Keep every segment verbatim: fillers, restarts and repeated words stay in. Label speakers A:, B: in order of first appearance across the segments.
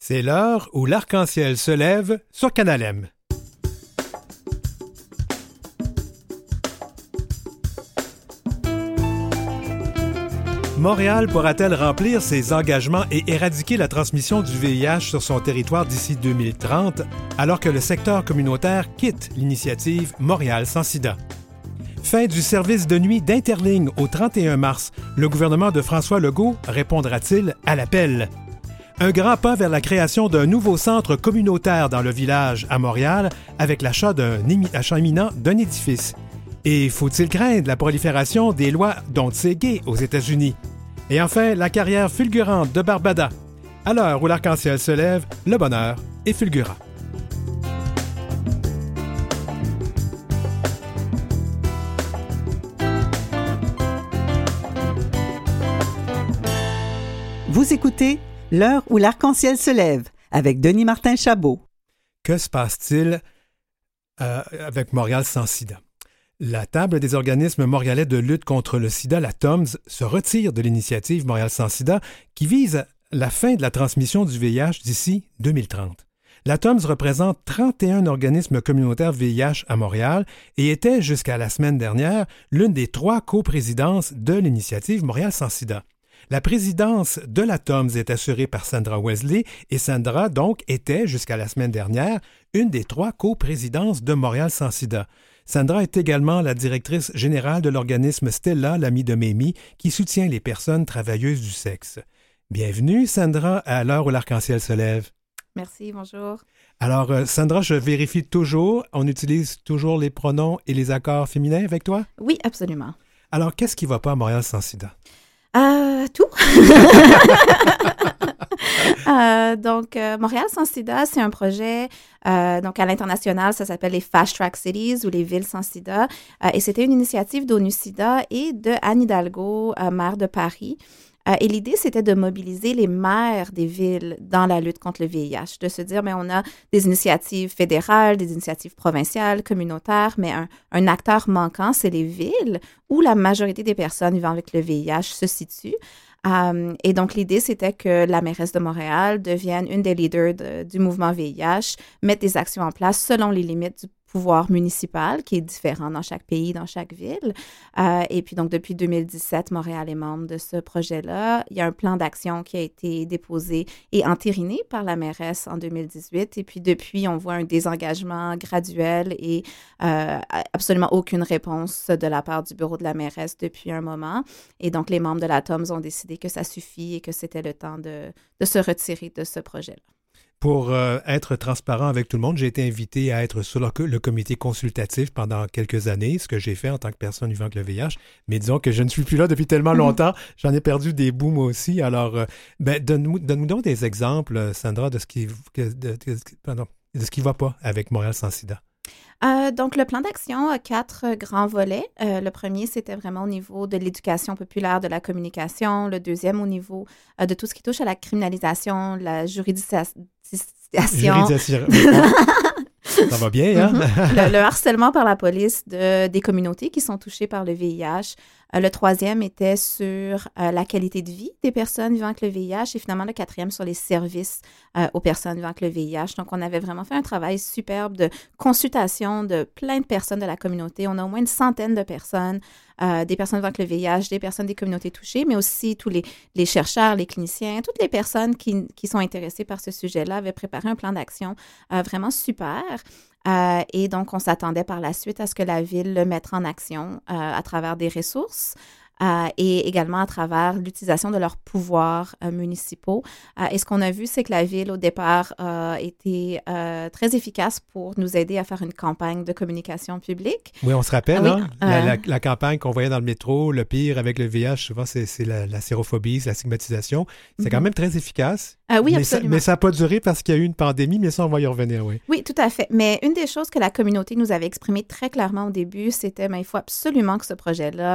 A: C'est l'heure où l'arc-en-ciel se lève sur Canal M. Montréal pourra-t-elle remplir ses engagements et éradiquer la transmission du V I H sur son territoire d'ici deux mille trente, alors que le secteur communautaire quitte l'initiative Montréal sans sida? Fin du service de nuit d'Interligne au trente et un mars. Le gouvernement de François Legault répondra-t-il à l'appel? Un grand pas vers la création d'un nouveau centre communautaire dans le village à Montréal avec l'achat d'un achat imminent d'un édifice. Et faut-il craindre la prolifération des lois dont c'est gay aux États-Unis? Et enfin, la carrière fulgurante de Barbada. À l'heure où l'arc-en-ciel se lève, le bonheur est fulgurant.
B: Vous écoutez L'heure où l'arc-en-ciel se lève avec Denis Martin Chabot.
A: Que se passe-t-il euh, avec Montréal sans sida? La table des organismes montréalais de lutte contre le sida, la T O M S, se retire de l'initiative Montréal sans sida qui vise la fin de la transmission du V I H d'ici deux mille trente. La T O M S représente trente et un organismes communautaires V I H à Montréal et était jusqu'à la semaine dernière l'une des trois coprésidences de l'initiative Montréal sans sida. La présidence de la T O M S est assurée par Sandra Wesley et Sandra, donc, était, jusqu'à la semaine dernière, une des trois coprésidences de Montréal sans sida. Sandra est également la directrice générale de l'organisme Stella, l'ami de Mamie, qui soutient les personnes travailleuses du sexe. Bienvenue, Sandra, à l'heure où l'arc-en-ciel se lève.
C: Merci, bonjour.
A: Alors, euh, Sandra, je vérifie toujours, on utilise toujours les pronoms et les accords féminins avec toi?
C: Oui, absolument.
A: Alors, qu'est-ce qui ne va pas à Montréal sans sida?
C: Euh, tout. euh, donc, euh, Montréal sans sida, c'est un projet, euh, donc à l'international, ça s'appelle les Fast Track Cities ou les villes sans sida. Euh, et c'était une initiative d'ONU-SIDA et de Anne Hidalgo, euh, maire de Paris. Euh, et l'idée, c'était de mobiliser les maires des villes dans la lutte contre le V I H, de se dire, mais on a des initiatives fédérales, des initiatives provinciales, communautaires, mais un, un acteur manquant, c'est les villes où la majorité des personnes vivant avec le V I H se situent. Um, et donc, l'idée, c'était que la mairesse de Montréal devienne une des leaders de, du mouvement V I H, mette des actions en place selon les limites du pouvoir municipal, qui est différent dans chaque pays, dans chaque ville. Euh, et puis, donc, depuis deux mille dix-sept, Montréal est membre de ce projet-là. Il y a un plan d'action qui a été déposé et entériné par la mairesse en deux mille dix-huit. Et puis, depuis, on voit un désengagement graduel et euh, absolument aucune réponse de la part du bureau de la mairesse depuis un moment. Et donc, les membres de la T O M S ont décidé que ça suffit et que c'était le temps de, de se retirer de ce projet-là.
A: Pour euh, être transparent avec tout le monde, j'ai été invité à être sur le, le comité consultatif pendant quelques années, ce que j'ai fait en tant que personne vivant avec le V I H. Mais disons que je ne suis plus là depuis tellement longtemps, j'en ai perdu des bouts moi aussi. Alors, euh, ben, donne-nous, donne-nous donc des exemples, Sandra, de ce qui de, de, de, pardon, de ce qui va pas avec Montréal sans sida.
C: Euh, donc, le plan d'action a quatre grands volets. Euh, le premier, c'était vraiment au niveau de l'éducation populaire, de la communication. Le deuxième, au niveau euh, de tout ce qui touche à la criminalisation, la juridisation.
A: Juridisation. Ça va bien, hein?
C: Mm-hmm. le, le harcèlement par la police de, des communautés qui sont touchées par le V I H. Euh, le troisième était sur euh, la qualité de vie des personnes vivant avec le V I H et finalement le quatrième sur les services euh, aux personnes vivant avec le V I H. Donc, on avait vraiment fait un travail superbe de consultation de plein de personnes de la communauté. On a au moins une centaine de personnes, euh, des personnes vivant avec le V I H, des personnes des communautés touchées, mais aussi tous les, les chercheurs, les cliniciens, toutes les personnes qui, qui sont intéressées par ce sujet-là avaient préparé un plan d'action euh, vraiment super. Euh, et donc, on s'attendait par la suite à ce que la ville le mette en action euh, à travers des ressources euh, et également à travers l'utilisation de leurs pouvoirs euh, municipaux. Euh, et ce qu'on a vu, c'est que la ville, au départ, a été euh, très efficace pour nous aider à faire une campagne de communication publique.
A: Oui, on se rappelle,
C: ah,
A: hein?
C: oui,
A: la,
C: euh...
A: la, la campagne qu'on voyait dans le métro, le pire avec le V I H, souvent, c'est, c'est la, la sérophobie, c'est la stigmatisation. C'est mm-hmm. quand même très efficace.
C: Ah oui,
A: mais
C: absolument.
A: Ça, mais ça n'a pas duré parce qu'il y a eu une pandémie, mais ça, on va y revenir, oui.
C: Oui, tout à fait. Mais une des choses que la communauté nous avait exprimé très clairement au début, c'était, mais il faut absolument que ce projet-là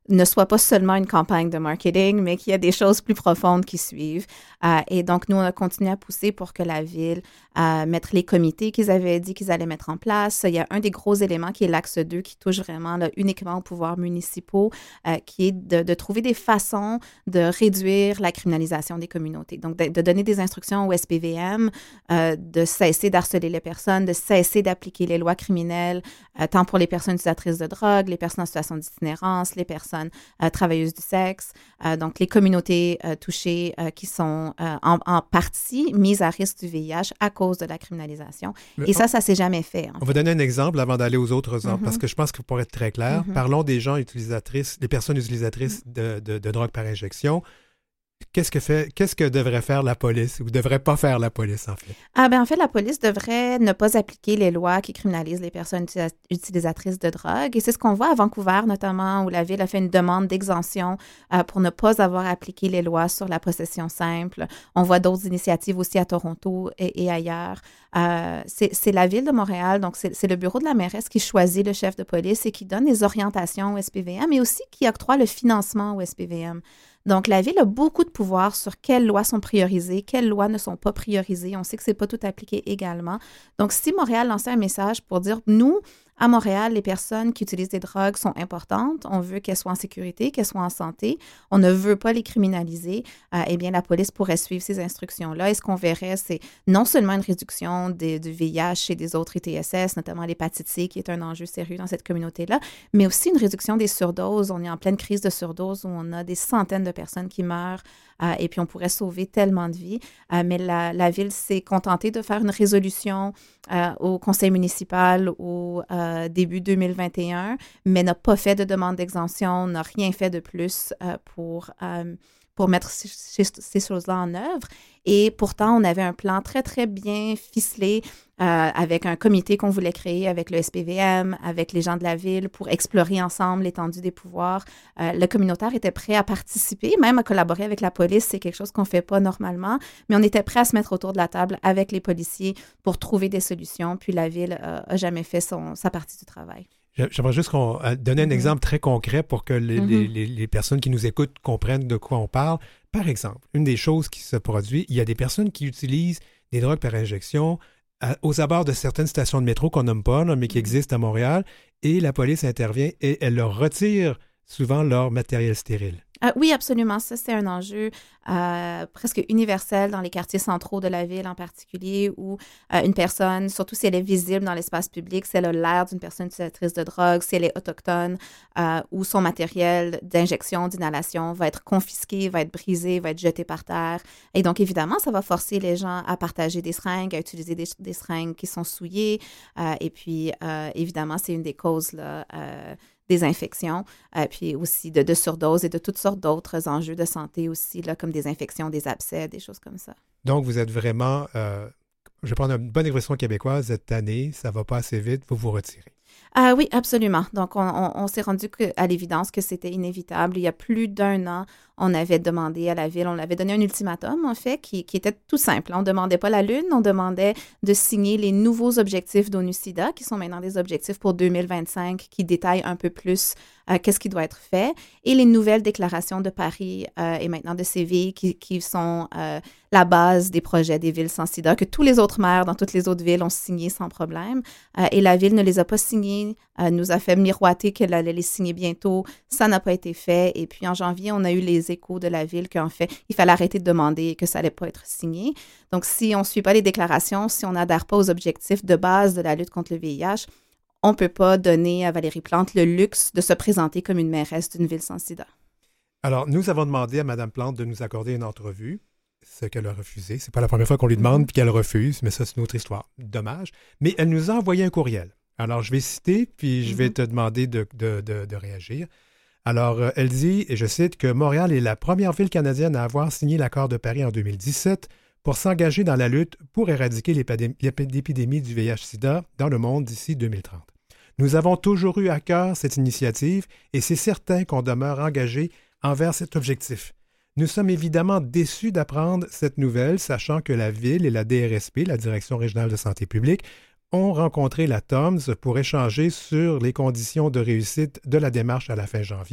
C: ne soit pas seulement une campagne de marketing, mais qu'il y a des choses plus profondes qui suivent. Euh, et donc, nous, on a continué à pousser pour que la Ville euh, mette les comités qu'ils avaient dit qu'ils allaient mettre en place. Il y a un des gros éléments qui est l'axe deux, qui touche vraiment là, uniquement aux pouvoirs municipaux, euh, qui est de, de trouver des façons de réduire la criminalisation des communautés. Donc, de, de donner des instructions au S P V M, euh, de cesser d'harceler les personnes, de cesser d'appliquer les lois criminelles, euh, tant pour les personnes utilisatrices de drogue, les personnes en situation d'itinérance, les personnes euh, travailleuses du sexe, euh, donc les communautés euh, touchées euh, qui sont euh, en, en partie mises à risque du V I H à cause de la criminalisation.
A: Mais
C: Et
A: on,
C: ça, ça s'est jamais fait.
A: On va donner un exemple avant d'aller aux autres exemples,
C: Mm-hmm.
A: parce que je pense que pour être très clair,
C: Mm-hmm.
A: parlons des gens utilisatrices, des personnes utilisatrices mm-hmm. de, de, de drogue par injection. Qu'est-ce que fait, qu'est-ce que devrait faire la police ou devrait pas faire la police, en fait?
C: Ah ben en fait, la police devrait ne pas appliquer les lois qui criminalisent les personnes utilisa- utilisatrices de drogue. Et c'est ce qu'on voit à Vancouver, notamment, où la Ville a fait une demande d'exemption euh, pour ne pas avoir appliqué les lois sur la possession simple. On voit d'autres initiatives aussi à Toronto et, et ailleurs. Euh, c'est, c'est la Ville de Montréal, donc c'est, c'est le bureau de la mairesse qui choisit le chef de police et qui donne les orientations au S P V M, mais aussi qui octroie le financement au S P V M. Donc, la Ville a beaucoup de pouvoir sur quelles lois sont priorisées, quelles lois ne sont pas priorisées. On sait que ce n'est pas tout appliqué également. Donc, si Montréal lançait un message pour dire, nous, à Montréal, les personnes qui utilisent des drogues sont importantes. On veut qu'elles soient en sécurité, qu'elles soient en santé. On ne veut pas les criminaliser. Euh, eh bien, la police pourrait suivre ces instructions-là. Et ce qu'on verrait, c'est non seulement une réduction des, du V I H et des autres I T S S, notamment l'hépatite C, qui est un enjeu sérieux dans cette communauté-là, mais aussi une réduction des surdoses. On est en pleine crise de surdose où on a des centaines de personnes qui meurent. Euh, et puis, on pourrait sauver tellement de vies. Euh, mais la, la Ville s'est contentée de faire une résolution euh, au conseil municipal au euh, début deux mille vingt et un, mais n'a pas fait de demande d'exemption, n'a rien fait de plus euh, pour, euh, pour mettre ces, ces, ces choses-là en œuvre. Et pourtant, on avait un plan très, très bien ficelé euh, avec un comité qu'on voulait créer avec le S P V M, avec les gens de la Ville pour explorer ensemble l'étendue des pouvoirs. Euh, le communautaire était prêt à participer, même à collaborer avec la police. C'est quelque chose qu'on ne fait pas normalement, mais on était prêt à se mettre autour de la table avec les policiers pour trouver des solutions. Puis la Ville n'a euh, jamais fait son, sa partie du travail.
A: J'aimerais juste qu'on donne un mm-hmm. exemple très concret pour que les, mm-hmm. les, les personnes qui nous écoutent comprennent de quoi on parle. Par exemple, une des choses qui se produit, il y a des personnes qui utilisent des drogues par injection à, aux abords de certaines stations de métro qu'on nomme pas, là, mais qui existent à Montréal, et la police intervient et elle leur retire souvent leur matériel stérile.
C: Euh, oui, absolument. Ça, c'est un enjeu euh, presque universel dans les quartiers centraux de la Ville en particulier, où euh, une personne, surtout si elle est visible dans l'espace public, si elle a l'air d'une personne utilisatrice de drogue, si elle est autochtone, euh, où son matériel d'injection, d'inhalation va être confisqué, va être brisé, va être jeté par terre. Et donc, évidemment, ça va forcer les gens à partager des seringues, à utiliser des, des seringues qui sont souillées. Euh, et puis, euh, évidemment, c'est une des causes là, euh, des infections, euh, puis aussi de, de surdose et de toutes sortes d'autres enjeux de santé aussi, là, comme des infections, des abcès, des choses comme ça.
A: Donc, vous êtes vraiment, euh, je vais prendre une bonne expression québécoise, vous êtes tanné, ça ne va pas assez vite, vous vous retirez.
C: Euh, oui, absolument. Donc, on, on, on s'est rendu que, à l'évidence que c'était inévitable. Il y a plus d'un an, on avait demandé à la Ville, on avait donné un ultimatum, en fait, qui, qui était tout simple. On ne demandait pas la Lune, on demandait de signer les nouveaux objectifs d'ONU-SIDA, qui sont maintenant des objectifs pour deux mille vingt-cinq, qui détaillent un peu plus euh, qu'est-ce qui doit être fait, et les nouvelles déclarations de Paris euh, et maintenant de Séville, qui, qui sont euh, la base des projets des villes sans sida, que tous les autres maires dans toutes les autres villes ont signé sans problème. Euh, et la Ville ne les a pas signés, euh, nous a fait miroiter qu'elle allait les signer bientôt. Ça n'a pas été fait. Et puis, en janvier, on a eu les échos de la Ville qu'en fait, il fallait arrêter de demander et que ça n'allait pas être signé. Donc, si on ne suit pas les déclarations, si on n'adhère pas aux objectifs de base de la lutte contre le V I H, on ne peut pas donner à Valérie Plante le luxe de se présenter comme une mairesse d'une ville sans sida.
A: Alors, nous avons demandé à Mme Plante de nous accorder une entrevue, ce qu'elle a refusé. Ce n'est pas la première fois qu'on lui demande puis qu'elle refuse, mais ça, c'est une autre histoire. Dommage. Mais elle nous a envoyé un courriel. Alors, je vais citer, puis je vais mm-hmm. te demander de, de, de, de réagir. Alors, euh, elle dit, et je cite, que Montréal est la première ville canadienne à avoir signé l'accord de Paris en deux mille dix-sept pour s'engager dans la lutte pour éradiquer l'épidémie, l'épidémie du V I H-Sida dans le monde d'ici deux mille trente. Nous avons toujours eu à cœur cette initiative et c'est certain qu'on demeure engagé envers cet objectif. Nous sommes évidemment déçus d'apprendre cette nouvelle, sachant que la Ville et la D R S P, la Direction régionale de santé publique, ont rencontré la T O M S pour échanger sur les conditions de réussite de la démarche à la fin janvier.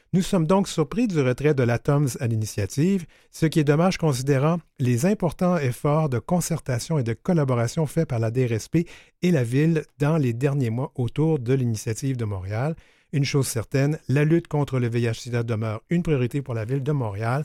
A: Nous sommes donc surpris du retrait de la T O M S à l'initiative, ce qui est dommage considérant les importants efforts de concertation et de collaboration faits par la D R S P et la Ville dans les derniers mois autour de l'initiative de Montréal. Une chose certaine, la lutte contre le V I H sida demeure une priorité pour la Ville de Montréal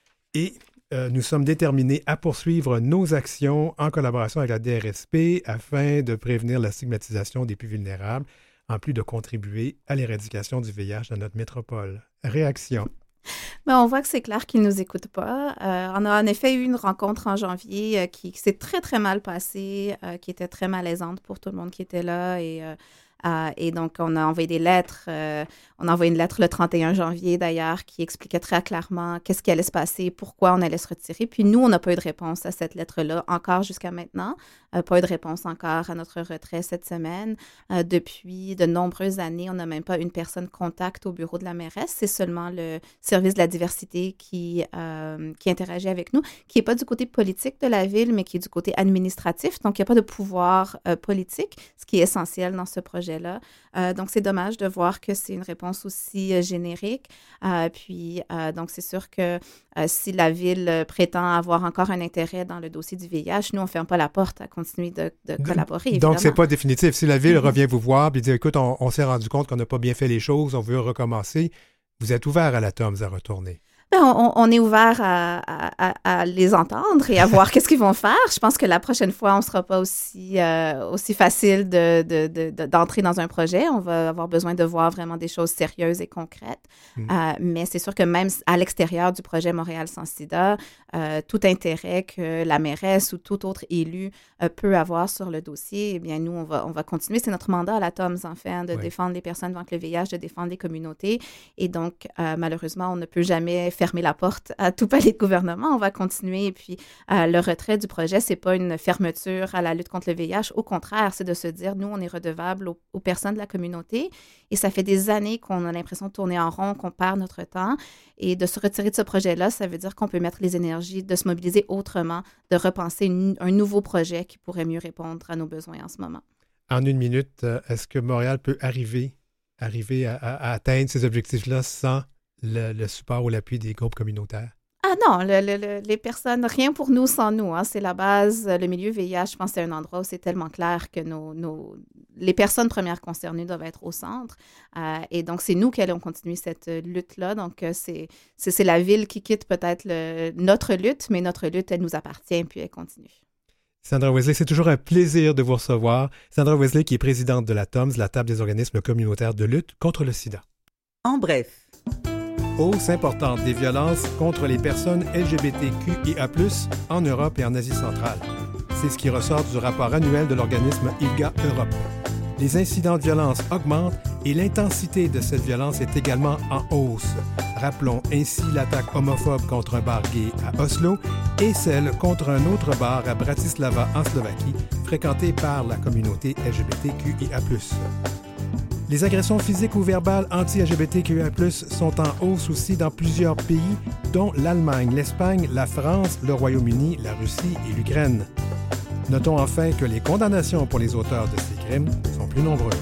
A: et euh, nous sommes déterminés à poursuivre nos actions en collaboration avec la D R S P afin de prévenir la stigmatisation des plus vulnérables, en plus de contribuer à l'éradication du V I H dans notre métropole. Réaction?
C: Mais on voit que c'est clair qu'ils ne nous écoutent pas. Euh, on a en effet eu une rencontre en janvier euh, qui, qui s'est très, très mal passée, euh, qui était très malaisante pour tout le monde qui était là. Et, euh, euh, et donc, on a envoyé des lettres. Euh, on a envoyé une lettre le trente et un janvier, d'ailleurs, qui expliquait très clairement qu'est-ce qui allait se passer, pourquoi on allait se retirer. Puis nous, on n'a pas eu de réponse à cette lettre-là encore jusqu'à maintenant. Euh, pas eu de réponse encore à notre retrait cette semaine. Euh, depuis de nombreuses années, on n'a même pas une personne contact au bureau de la mairesse. C'est seulement le service de la diversité qui, euh, qui interagit avec nous, qui n'est pas du côté politique de la ville, mais qui est du côté administratif. Donc, il n'y a pas de pouvoir euh, politique, ce qui est essentiel dans ce projet-là. Euh, donc, c'est dommage de voir que c'est une réponse aussi euh, générique. Euh, puis, euh, donc, c'est sûr que euh, si la ville euh, prétend avoir encore un intérêt dans le dossier du V I H, nous, on ne ferme pas la porte à continuer de, de collaborer, évidemment.
A: Donc, ce n'est pas définitif. Si la ville mm-hmm. revient vous voir et dit, écoute, on, on s'est rendu compte qu'on n'a pas bien fait les choses, on veut recommencer, vous êtes ouvert à la T O M S à retourner?
C: On, on est ouvert à, à, à les entendre et à voir qu'est-ce qu'ils vont faire. Je pense que la prochaine fois, on ne sera pas aussi, euh, aussi facile de, de, de, de, d'entrer dans un projet. On va avoir besoin de voir vraiment des choses sérieuses et concrètes. Mm. Euh, mais c'est sûr que même à l'extérieur du projet Montréal sans sida, euh, tout intérêt que la mairesse ou tout autre élu euh, peut avoir sur le dossier, eh bien, nous, on va, on va continuer. C'est notre mandat à la T O M S, en fait, hein, de oui. défendre les personnes vivant avec le V I H, de défendre les communautés. Et donc, euh, malheureusement, on ne peut jamais fermer la porte à tout palier de gouvernement. On va continuer. Et puis, euh, le retrait du projet, c'est pas une fermeture à la lutte contre le V I H. Au contraire, c'est de se dire, nous, on est redevable aux, aux personnes de la communauté. Et ça fait des années qu'on a l'impression de tourner en rond, qu'on perd notre temps. Et de se retirer de ce projet-là, ça veut dire qu'on peut mettre les énergies, de se mobiliser autrement, de repenser une, un nouveau projet qui pourrait mieux répondre à nos besoins en ce moment.
A: En une minute, est-ce que Montréal peut arriver, arriver à, à, à atteindre ces objectifs-là sans Le, le support ou l'appui des groupes communautaires?
C: Ah non, le, le, le, les personnes, rien pour nous sans nous. Hein, c'est la base. Le milieu V I H, je pense que c'est un endroit où c'est tellement clair que nos, nos, les personnes premières concernées doivent être au centre. Euh, et donc, c'est nous qui allons continuer cette lutte-là. Donc, c'est, c'est, c'est la ville qui quitte peut-être le, notre lutte, mais notre lutte, elle nous appartient, puis elle continue.
A: Sandra Wesley, c'est toujours un plaisir de vous recevoir. Sandra Wesley, qui est présidente de la T O M S, la Table des organismes communautaires de lutte contre le sida.
B: En bref.
A: Hausse importante des violences contre les personnes L G B T Q I A plus, en Europe et en Asie centrale. C'est ce qui ressort du rapport annuel de l'organisme I L G A Europe. Les incidents de violence augmentent et l'intensité de cette violence est également en hausse. Rappelons ainsi l'attaque homophobe contre un bar gay à Oslo et celle contre un autre bar à Bratislava en Slovaquie, fréquenté par la communauté L G B T Q I A plus. Les agressions physiques ou verbales anti-L G B T Q I A plus, sont en hausse aussi dans plusieurs pays, dont l'Allemagne, l'Espagne, la France, le Royaume-Uni, la Russie et l'Ukraine. Notons enfin que les condamnations pour les auteurs de ces crimes sont plus nombreuses.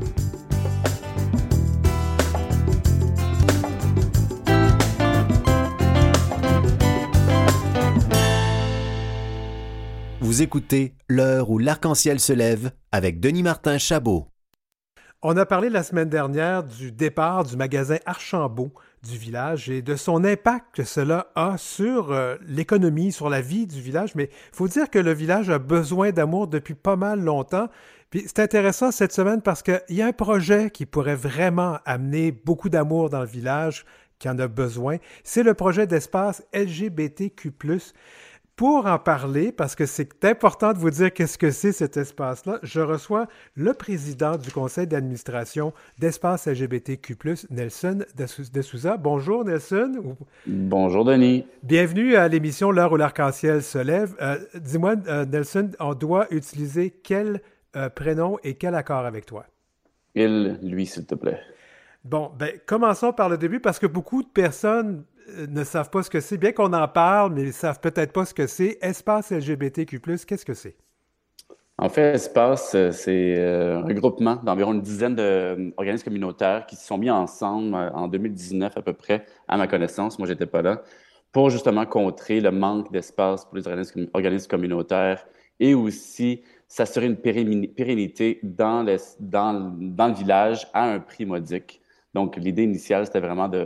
D: Vous écoutez L'heure où l'arc-en-ciel se lève avec Denis Martin Chabot.
A: On a parlé la semaine dernière du départ du magasin Archambault du village et de son impact que cela a sur euh, l'économie, sur la vie du village. Mais il faut dire que le village a besoin d'amour depuis pas mal longtemps. Puis c'est intéressant cette semaine parce qu'il y a un projet qui pourrait vraiment amener beaucoup d'amour dans le village, qui en a besoin. C'est le projet d'espace L G B T Q plus. Pour en parler, parce que c'est important de vous dire qu'est-ce que c'est cet espace-là, je reçois le président du conseil d'administration d'Espace L G B T Q plus, Nelson de Souza. Bonjour Nelson.
E: Bonjour Denis.
A: Bienvenue à l'émission L'heure où l'arc-en-ciel se lève. Euh, dis-moi, euh, Nelson, on doit utiliser quel euh, prénom et quel accord avec toi?
E: Il, lui, s'il te plaît.
A: Bon, ben commençons par le début parce que beaucoup de personnes ne savent pas ce que c'est. Bien qu'on en parle, mais ils ne savent peut-être pas ce que c'est. Espace L G B T Q plus, qu'est-ce que c'est?
E: En fait, Espace, euh, c'est euh, un regroupement d'environ une dizaine d'organismes communautaires qui se sont mis ensemble euh, en deux mille dix-neuf à peu près, à ma connaissance, moi j'étais pas là, pour justement contrer le manque d'espace pour les organismes, organismes communautaires et aussi s'assurer une pérenni- pérennité dans le, dans, dans le village à un prix modique. Donc, l'idée initiale, c'était vraiment de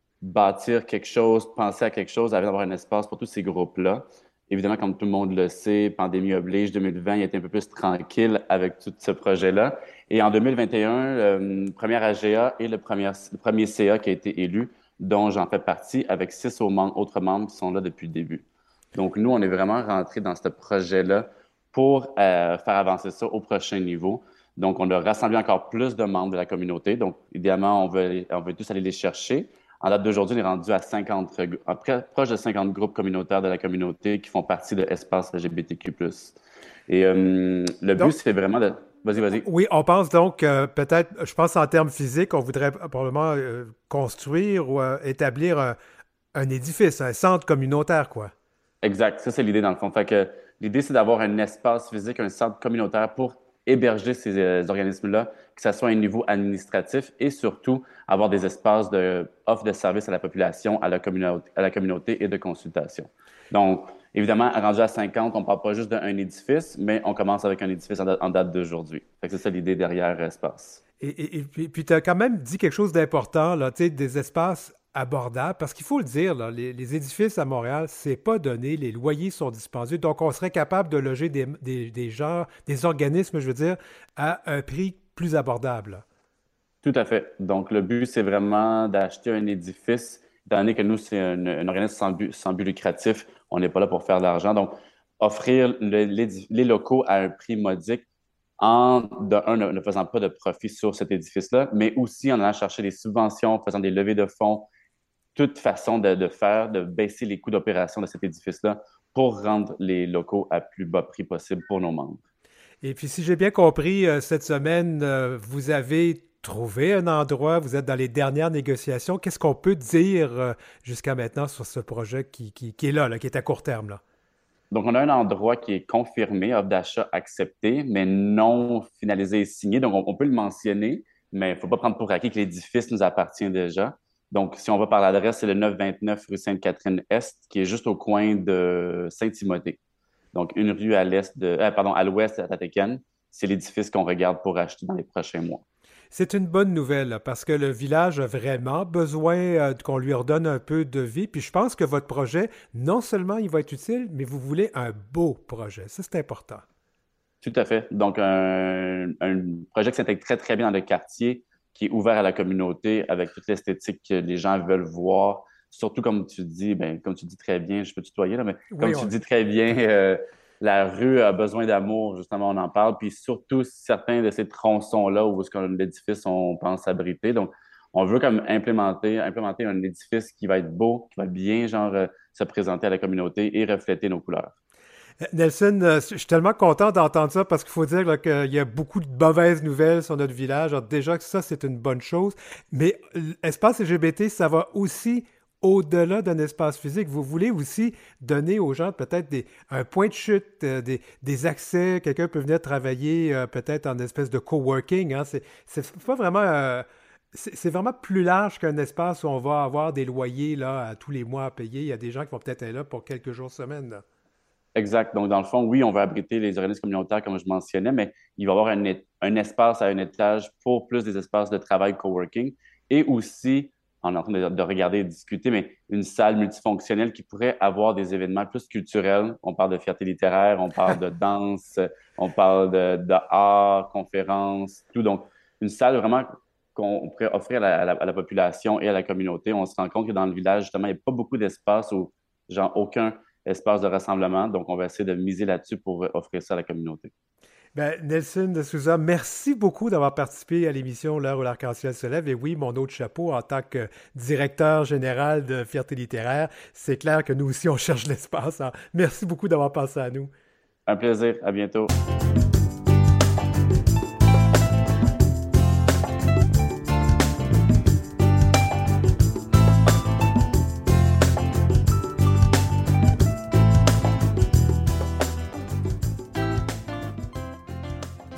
E: bâtir quelque chose, penser à quelque chose, avant d'avoir un espace pour tous ces groupes-là. Évidemment, comme tout le monde le sait, pandémie oblige, deux mille vingt, il a été un peu plus tranquille avec tout ce projet-là. Et en deux mille vingt et un, le premier A G A et le premier, le premier C A qui a été élu, dont j'en fais partie, avec six autres membres qui sont là depuis le début. Donc, nous, on est vraiment rentrés dans ce projet-là pour euh, faire avancer ça au prochain niveau. Donc, on a rassemblé encore plus de membres de la communauté. Donc, idéalement, on veut, on veut tous aller les chercher. En date d'aujourd'hui, on est rendu à cinquante, à près, proche de cinquante groupes communautaires de la communauté qui font partie de Espace L G B T Q plus. Et euh, le
A: Donc,
E: but, c'est vraiment de... Vas-y, vas-y.
A: Oui, on pense donc euh, peut-être, je pense en termes physiques, on voudrait probablement euh, construire ou euh, établir un, un édifice, un centre communautaire, quoi.
E: Exact. Ça, c'est l'idée dans le fond. Fait que l'idée, c'est d'avoir un espace physique, un centre communautaire pour héberger ces euh, organismes-là, que ce soit à un niveau administratif et surtout avoir des espaces de offre de services à la population, à la communauté, à la communauté et de consultation. Donc, évidemment, rendu à cinquante, on ne parle pas juste d'un édifice, mais on commence avec un édifice en date, en date d'aujourd'hui. Fait que c'est ça l'idée derrière Espace.
A: Et, et, et puis, puis tu as quand même dit quelque chose d'important, là, tu sais, des espaces abordables, parce qu'il faut le dire, là, les, les édifices à Montréal, c'est pas donné, les loyers sont dispendieux, donc on serait capable de loger des, des, des gens, des organismes, je veux dire, à un prix plus abordable, là.
E: Tout à fait. Donc, le but, c'est vraiment d'acheter un édifice, étant donné que nous, c'est un, un organisme sans but, sans but lucratif, on n'est pas là pour faire de l'argent. Donc, offrir le, les, les locaux à un prix modique en, de un, ne, ne faisant pas de profit sur cet édifice-là, mais aussi en allant chercher des subventions, faisant des levées de fonds, toute façon de, de faire, de baisser les coûts d'opération de cet édifice-là pour rendre les locaux à plus bas prix possible pour nos membres.
A: Et puis, si j'ai bien compris, euh, cette semaine, euh, vous avez trouvé un endroit, vous êtes dans les dernières négociations. Qu'est-ce qu'on peut dire euh, jusqu'à maintenant sur ce projet qui, qui, qui est là, là, qui est à court terme, là?
E: Donc, on a un endroit qui est confirmé, offre d'achat acceptée, mais non finalisé et signé. Donc, on, on peut le mentionner, mais il ne faut pas prendre pour acquis que l'édifice nous appartient déjà. Donc, si on va par l'adresse, c'est le neuf cent vingt-neuf rue Sainte-Catherine-Est, qui est juste au coin de Saint-Timothée. Donc, une rue à l'est de, euh, pardon, à l'ouest de Tatéken. C'est l'édifice qu'on regarde pour acheter dans les prochains mois.
A: C'est une bonne nouvelle, là, parce que le village a vraiment besoin euh, qu'on lui redonne un peu de vie. Puis je pense que votre projet, non seulement il va être utile, mais vous voulez un beau projet. Ça, c'est important.
E: Tout à fait. Donc, un, un projet qui s'intègre très, très bien dans le quartier, qui est ouvert à la communauté avec toute l'esthétique que les gens veulent voir. Surtout, comme tu dis, ben, comme tu dis très bien, je peux tutoyer, là, mais comme
A: Oui,
E: tu
A: on...
E: dis très bien, euh, la rue a besoin d'amour, justement, on en parle. Puis surtout, certains de ces tronçons-là où est-ce qu'on a l'édifice, on pense abriter. Donc, on veut comme implémenter, implémenter un édifice qui va être beau, qui va bien, genre, euh, se présenter à la communauté et refléter nos couleurs.
A: Nelson, euh, je suis tellement content d'entendre ça parce qu'il faut dire là, qu'il y a beaucoup de mauvaises nouvelles sur notre village. Alors, déjà que ça, c'est une bonne chose. Mais l'espace L G B T, ça va aussi au-delà d'un espace physique. Vous voulez aussi donner aux gens peut-être des, un point de chute, euh, des, des accès. Quelqu'un peut venir travailler euh, peut-être en espèce de coworking. Hein. C'est, c'est pas vraiment... Euh, c'est, c'est vraiment plus large qu'un espace où on va avoir des loyers là, à tous les mois à payer. Il y a des gens qui vont peut-être être là pour quelques jours, semaines, là.
E: Exact. Donc, dans le fond, oui, on va abriter les organismes communautaires, comme je mentionnais, mais il va y avoir un, un espace à un étage pour plus des espaces de travail coworking et aussi, on est en train de, de regarder et de discuter, mais une salle multifonctionnelle qui pourrait avoir des événements plus culturels. On parle de fierté littéraire, on parle de danse, on parle de, de art, conférences, tout. Donc, une salle vraiment qu'on pourrait offrir à la, à, la, à la population et à la communauté. On se rend compte que dans le village, justement, il n'y a pas beaucoup d'espace ou, genre, aucun espace de rassemblement. Donc, on va essayer de miser là-dessus pour offrir ça à la communauté.
A: Ben, Nelson de Souza, merci beaucoup d'avoir participé à l'émission L'heure où l'arc-en-ciel se lève. Et oui, mon autre chapeau en tant que directeur général de Fierté littéraire, c'est clair que nous aussi, on cherche l'espace. Hein. Merci beaucoup d'avoir pensé à nous.
E: Un plaisir. À bientôt.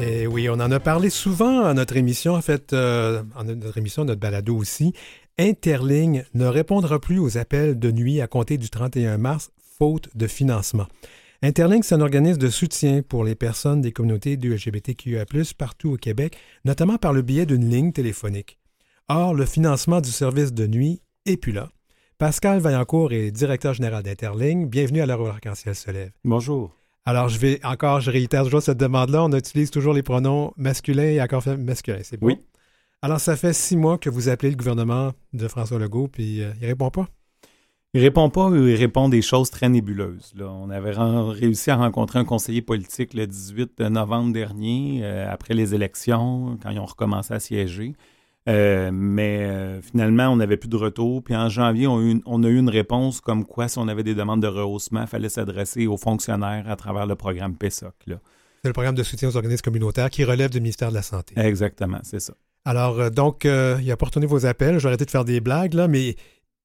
A: Et oui, on en a parlé souvent à notre émission, en fait, euh, en notre émission, notre balado aussi. Interligne ne répondra plus aux appels de nuit à compter du trente et un mars, faute de financement. Interligne, c'est un organisme de soutien pour les personnes des communautés du L G B T Q I A plus, partout au Québec, notamment par le biais d'une ligne téléphonique. Or, le financement du service de nuit n'est plus là. Pascal Vaillancourt est directeur général d'Interligne. Bienvenue à l'heure où l'arc-en-ciel se lève.
F: Bonjour.
A: Alors, je vais encore, je réitère toujours cette demande-là. On utilise toujours les pronoms masculins et accord masculin. C'est bon?
F: Oui.
A: Alors, ça fait six mois que vous appelez le gouvernement de François Legault, puis euh, il répond pas?
F: Il répond pas ou il répond des choses très nébuleuses. Là. On avait ren- réussi à rencontrer un conseiller politique le dix-huit novembre dernier, euh, après les élections, quand ils ont recommencé à siéger. Euh, mais euh, finalement, on n'avait plus de retour. Puis en janvier, on a, eu, on a eu une réponse comme quoi, si on avait des demandes de rehaussement, il fallait s'adresser aux fonctionnaires à travers le programme P E S O C. Là.
A: C'est le programme de soutien aux organismes communautaires qui relève du ministère de la Santé.
F: Exactement, c'est ça.
A: Alors, euh, donc, euh, il a pas retourné vos appels. Je vais arrêter de faire des blagues, là, mais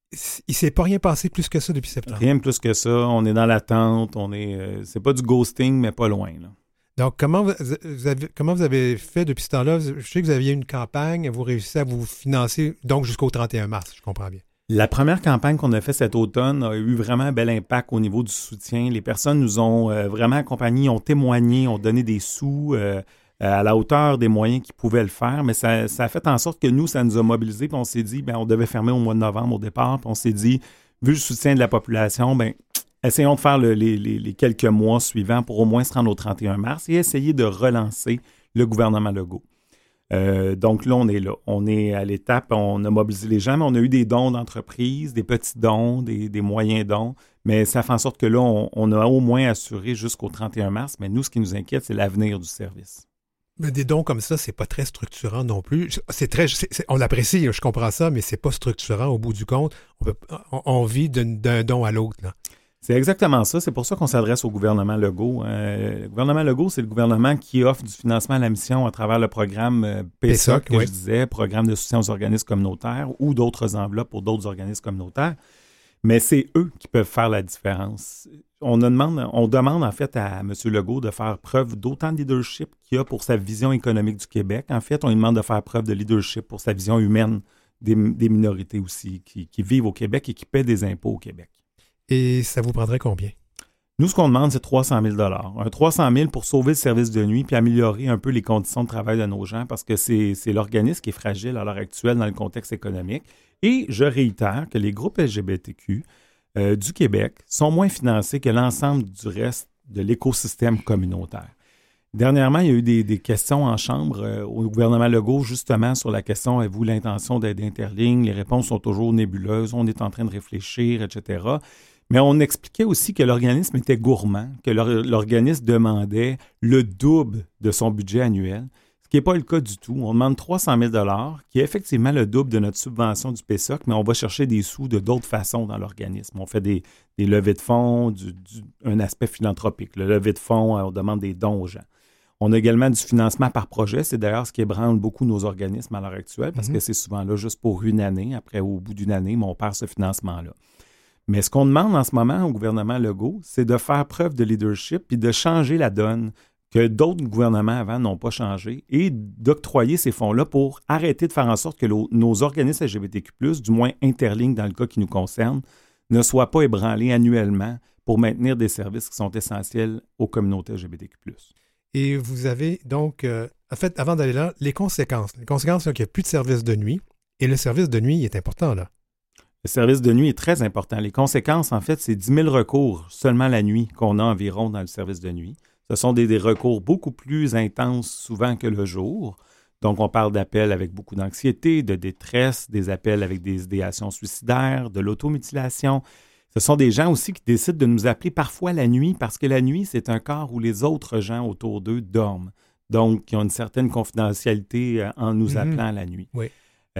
A: il s'est pas rien passé plus que ça depuis septembre.
F: Rien de plus que ça. On est dans l'attente. On est, euh, c'est pas du ghosting, mais pas loin, là.
A: Donc, comment vous, vous avez, comment vous avez fait depuis ce temps-là? Je sais que vous aviez une campagne, vous réussissez à vous financer, donc jusqu'au trente et un mars, je comprends bien.
F: La première campagne qu'on a faite cet automne a eu vraiment un bel impact au niveau du soutien. Les personnes nous ont euh, vraiment accompagnés, ont témoigné, ont donné des sous euh, à la hauteur des moyens qu'ils pouvaient le faire, mais ça, ça a fait en sorte que nous, ça nous a mobilisés, puis on s'est dit, bien, on devait fermer au mois de novembre au départ, puis on s'est dit, vu le soutien de la population, bien, essayons de faire le, les, les, les quelques mois suivants pour au moins se rendre au trente et un mars et essayer de relancer le gouvernement Legault. Euh, donc là, on est là. On est à l'étape, on a mobilisé les gens, mais on a eu des dons d'entreprise, des petits dons, des, des moyens dons, mais ça fait en sorte que là, on, on a au moins assuré jusqu'au trente et un mars, mais nous, ce qui nous inquiète, c'est l'avenir du service.
A: Mais des dons comme ça, c'est pas très structurant non plus. C'est très, c'est, c'est, on l'apprécie, je comprends ça, mais c'est pas structurant au bout du compte. On, peut, on, on vit d'un, d'un don à l'autre, là.
F: C'est exactement ça. C'est pour ça qu'on s'adresse au gouvernement Legault. Euh, le gouvernement Legault, c'est le gouvernement qui offre du financement à la mission à travers le programme euh, P E S O C, que
A: oui.
F: je disais, programme de soutien aux organismes communautaires ou d'autres enveloppes pour d'autres organismes communautaires. Mais c'est eux qui peuvent faire la différence. On demande, on demande en fait à M. Legault de faire preuve d'autant de leadership qu'il a pour sa vision économique du Québec. En fait, on lui demande de faire preuve de leadership pour sa vision humaine des, des minorités aussi, qui, qui vivent au Québec et qui paient des impôts au Québec.
A: Et ça vous prendrait combien?
F: Nous, ce qu'on demande, c'est trois cent mille dollars. Un trois cent mille pour sauver le service de nuit puis améliorer un peu les conditions de travail de nos gens parce que c'est, c'est l'organisme qui est fragile à l'heure actuelle dans le contexte économique. Et je réitère que les groupes L G B T Q euh, du Québec sont moins financés que l'ensemble du reste de l'écosystème communautaire. Dernièrement, il y a eu des, des questions en chambre euh, au gouvernement Legault justement sur la question « Avez-vous l'intention d'aider Interligne? » Les réponses sont toujours nébuleuses. On est en train de réfléchir, et cetera. Mais on expliquait aussi que l'organisme était gourmand, que l'organisme demandait le double de son budget annuel, ce qui n'est pas le cas du tout. On demande trois cent mille dollars, qui est effectivement le double de notre subvention du P E S O C, mais on va chercher des sous de d'autres façons dans l'organisme. On fait des, des levées de fonds, du, du, un aspect philanthropique. Le levée de fonds, on demande des dons aux gens. On a également du financement par projet. C'est d'ailleurs ce qui ébranle beaucoup nos organismes à l'heure actuelle, parce mm-hmm. que c'est souvent là juste pour une année. Après, au bout d'une année, mais on perd ce financement-là. Mais ce qu'on demande en ce moment au gouvernement Legault, c'est de faire preuve de leadership puis de changer la donne que d'autres gouvernements avant n'ont pas changé et d'octroyer ces fonds-là pour arrêter de faire en sorte que lo, nos organismes L G B T Q plus, du moins Interligne dans le cas qui nous concerne, ne soient pas ébranlés annuellement pour maintenir des services qui sont essentiels aux communautés L G B T Q plus.
A: Et vous avez donc, euh, en fait, avant d'aller là, les conséquences. Les conséquences, c'est qu'il n'y a plus de service de nuit et le service de nuit est important, là.
F: Le service de nuit est très important. Les conséquences, en fait, c'est dix mille recours seulement la nuit qu'on a environ dans le service de nuit. Ce sont des, des recours beaucoup plus intenses souvent que le jour. Donc, on parle d'appels avec beaucoup d'anxiété, de détresse, des appels avec des idéations suicidaires, de l'automutilation. Ce sont des gens aussi qui décident de nous appeler parfois la nuit parce que la nuit, c'est un corps où les autres gens autour d'eux dorment. Donc, qui ont une certaine confidentialité en nous mm-hmm. appelant la nuit.
A: Oui.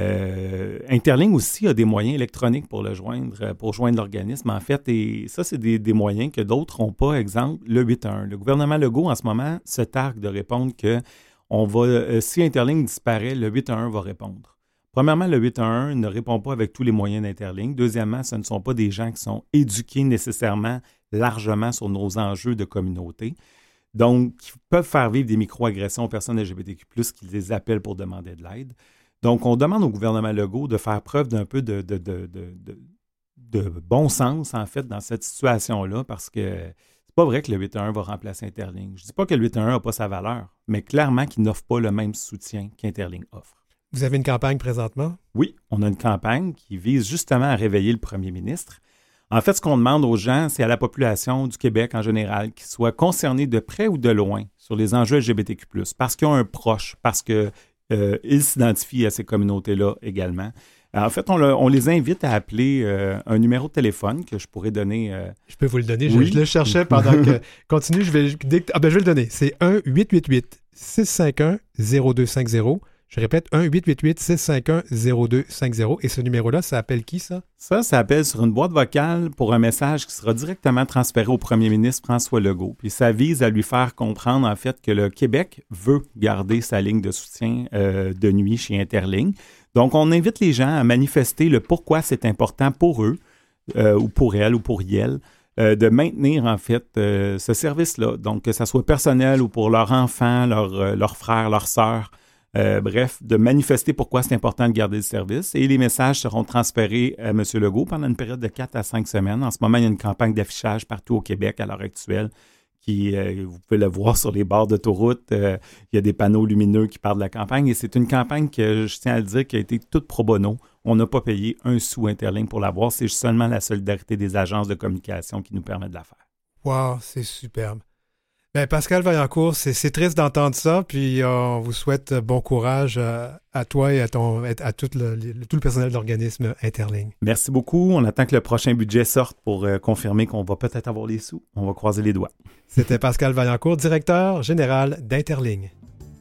F: Euh, Interligne aussi a des moyens électroniques pour le joindre, pour joindre l'organisme, en fait, et ça, c'est des, des moyens que d'autres n'ont pas. Exemple, le huit un un. Le gouvernement Legault, en ce moment, se targue de répondre que on va, euh, si Interligne disparaît, le huit un un va répondre. Premièrement, le huit un un ne répond pas avec tous les moyens d'Interligne. Deuxièmement, ce ne sont pas des gens qui sont éduqués nécessairement largement sur nos enjeux de communauté. donc qui peuvent faire vivre des micro-agressions aux personnes L G B T Q plus, qui les appellent pour demander de l'aide. Donc, on demande au gouvernement Legault de faire preuve d'un peu de, de, de, de, de, de bon sens, en fait, dans cette situation-là, parce que c'est pas vrai que le huit un un va remplacer Interligne. Je dis pas que le huit un un n'a pas sa valeur, mais clairement qu'il n'offre pas le même soutien qu'Interligne offre.
A: Vous avez une campagne présentement?
F: Oui, on a une campagne qui vise justement à réveiller le premier ministre. En fait, ce qu'on demande aux gens, c'est à la population du Québec en général, qu'ils soient concernés de près ou de loin sur les enjeux L G B T Q plus, parce qu'ils ont un proche, parce qu'ils euh, s'identifient à ces communautés-là également. En fait, on, le, on les invite à appeler euh, un numéro de téléphone que je pourrais donner. Euh...
A: Je peux vous le donner.
F: Oui.
A: Je, je le cherchais pendant que... Continue, je vais... Ah ben, je vais le donner. C'est un huit huit huit six cinq un zéro deux cinq zéro. Je répète, un huit huit huit six cinq un zéro deux cinq zéro. Et ce numéro-là, ça appelle qui, ça?
F: Ça, ça appelle sur une boîte vocale pour un message qui sera directement transféré au premier ministre François Legault. Puis ça vise à lui faire comprendre, en fait, que le Québec veut garder sa ligne de soutien euh, de nuit chez Interligne. Donc, on invite les gens à manifester le pourquoi c'est important pour eux, euh, ou pour elles, ou pour elles, euh, de maintenir, en fait, euh, ce service-là. Donc, que ça soit personnel ou pour leurs enfants, leurs, euh, leurs frères, leurs sœurs. Euh, bref, de manifester pourquoi c'est important de garder le service. Et les messages seront transférés à M. Legault pendant une période de quatre à cinq semaines. En ce moment, il y a une campagne d'affichage partout au Québec à l'heure actuelle. Qui, euh, vous pouvez le voir sur les bords d'autoroute. Euh, il y a des panneaux lumineux qui parlent de la campagne. Et c'est une campagne que, je tiens à le dire, qui a été toute pro bono. On n'a pas payé un sou Interligne pour l'avoir. C'est seulement la solidarité des agences de communication qui nous permet de la faire.
A: Wow, c'est superbe. Bien, Pascal Vaillancourt, c'est, c'est triste d'entendre ça, puis euh, on vous souhaite bon courage à, à toi et à, ton, à tout, le, le, tout le personnel de l'organisme Interligne.
F: Merci beaucoup. On attend que le prochain budget sorte pour euh, confirmer qu'on va peut-être avoir les sous. On va croiser les doigts.
A: C'était Pascal Vaillancourt, directeur général d'Interligne.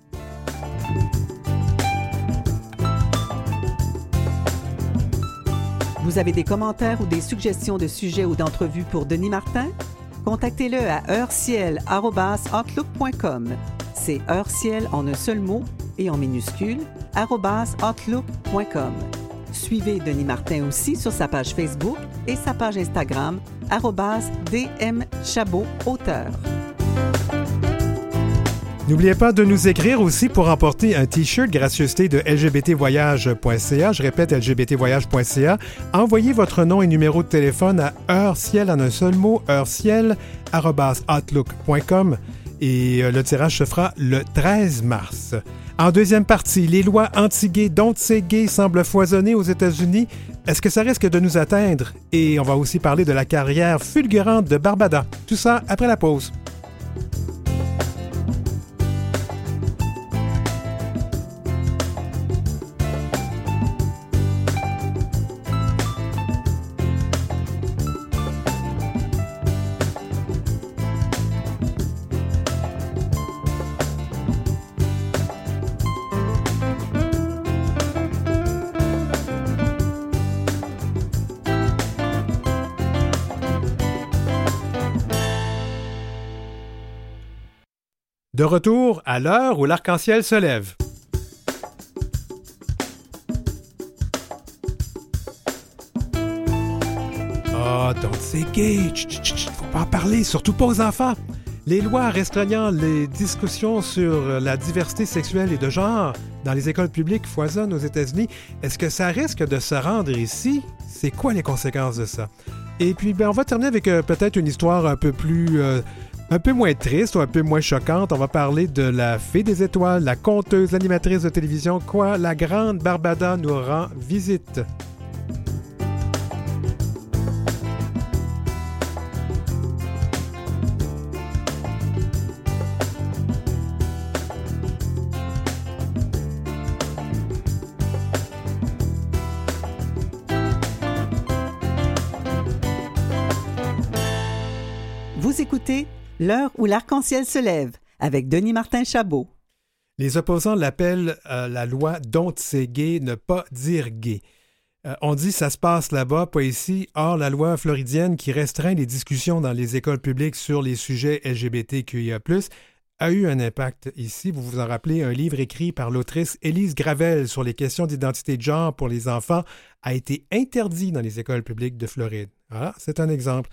B: Vous avez des commentaires ou des suggestions de sujets ou d'entrevues pour Denis Martin? Contactez-le à heureciel arobase outlook point com. C'est heureciel en un seul mot et en minuscule, arobase outlook point com. Suivez Denis Martin aussi sur sa page Facebook et sa page Instagram, arobase dmchabot auteur.
A: N'oubliez pas de nous écrire aussi pour remporter un T-shirt gracieuseté de L G B T voyage point c a. Je répète, L G B T voyage point c a. Envoyez votre nom et numéro de téléphone à heureciel en un seul mot, heureciel arobase outlook point com et le tirage se fera le treize mars. En deuxième partie, les lois anti-gays, dont ces gays semblent foisonner aux États-Unis. Est-ce que ça risque de nous atteindre? Et on va aussi parler de la carrière fulgurante de Barbada. Tout ça après la pause. De retour à l'heure où l'arc-en-ciel se lève. Ah, oh, donc c'est gay. Chut, chut, chut, faut pas en parler, surtout pas aux enfants. Les lois restreignant les discussions sur la diversité sexuelle et de genre dans les écoles publiques foisonnent aux États-Unis. Est-ce que ça risque de se rendre ici? C'est quoi les conséquences de ça? Et puis, ben, on va terminer avec euh, peut-être une histoire un peu plus... Euh, Un peu moins triste ou un peu moins choquante, on va parler de la fée des étoiles, la conteuse, l'animatrice de télévision, quoi, la grande Barbada nous rend visite.
B: Vous écoutez L'heure où l'arc-en-ciel se lève, avec Denis Martin Chabot.
A: Les opposants l'appellent euh, la loi « Don't say gay », ne pas dire gay. Euh, on dit « ça se passe là-bas, pas ici ». Or, la loi floridienne qui restreint les discussions dans les écoles publiques sur les sujets L G B T Q I A plus, a eu un impact ici. Vous vous en rappelez, un livre écrit par l'autrice Élise Gravel sur les questions d'identité de genre pour les enfants a été interdit dans les écoles publiques de Floride. Voilà, c'est un exemple.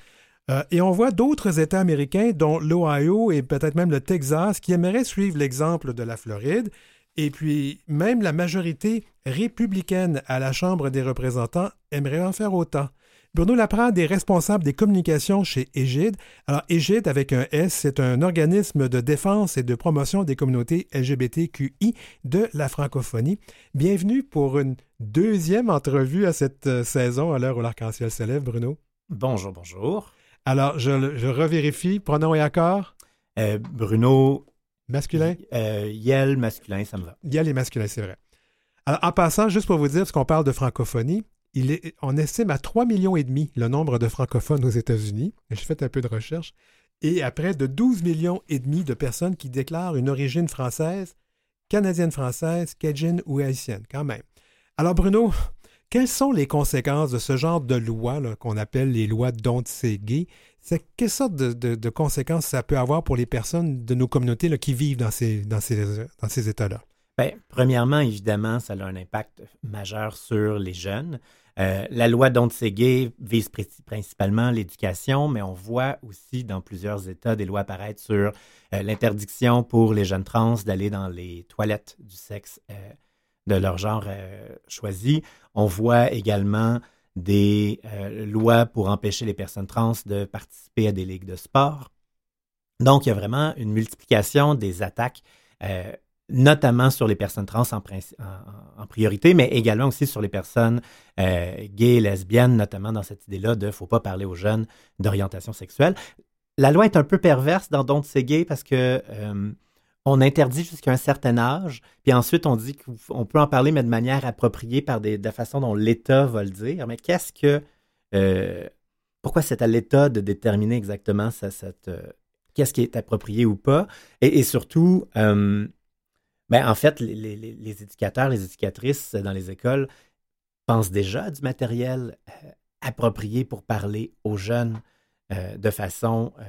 A: Euh, et on voit d'autres États américains, dont l'Ohio et peut-être même le Texas, qui aimeraient suivre l'exemple de la Floride. Et puis, même la majorité républicaine à la Chambre des représentants aimerait en faire autant. Bruno Laprade est responsable des communications chez Égide. Alors, Égide, avec un S, c'est un organisme de défense et de promotion des communautés L G B T Q I de la francophonie. Bienvenue pour une deuxième entrevue à cette euh, saison, à l'heure où l'arc-en-ciel se lève, Bruno.
G: Bonjour, bonjour.
A: Alors, je, je revérifie, pronom et accord.
G: Euh, Bruno.
A: Masculin?
G: Euh, Yel, masculin, ça me va.
A: Yel est masculin, c'est vrai. Alors, en passant, juste pour vous dire, parce qu'on parle de francophonie, il est, on estime à trois millions et demi le nombre de francophones aux États-Unis. J'ai fait un peu de recherche. Et à près de douze millions et demi de personnes qui déclarent une origine française, canadienne-française, cajun ou haïtienne, quand même. Alors, Bruno, quelles sont les conséquences de ce genre de loi là, qu'on appelle les lois Don't Say Gay? C'est, quelle sorte de, de, de conséquences ça peut avoir pour les personnes de nos communautés là, qui vivent dans ces, dans ces, dans ces États-là?
G: Bien, premièrement, évidemment, ça a un impact majeur sur les jeunes. Euh, la loi Don't Say Gay vise pr- principalement l'éducation, mais on voit aussi dans plusieurs États des lois apparaître sur euh, l'interdiction pour les jeunes trans d'aller dans les toilettes du sexe euh, de leur genre euh, choisi. On voit également des euh, lois pour empêcher les personnes trans de participer à des ligues de sport. Donc, il y a vraiment une multiplication des attaques euh, notamment sur les personnes trans en, princi- en, en priorité, mais également aussi sur les personnes euh, gays, lesbiennes, notamment dans cette idée-là de « faut pas parler aux jeunes d'orientation sexuelle ». La loi est un peu perverse dans Don't Say Gay parce que euh, on interdit jusqu'à un certain âge, puis ensuite on dit qu'on peut en parler, mais de manière appropriée par des, de la façon dont l'État va le dire. Mais qu'est-ce que... Euh, pourquoi c'est à l'État de déterminer exactement ça, cette, euh, qu'est-ce qui est approprié ou pas? Et, et surtout... Euh, Ben, en fait, les, les, les éducateurs, les éducatrices dans les écoles pensent déjà à du matériel euh, approprié pour parler aux jeunes euh, de façon euh,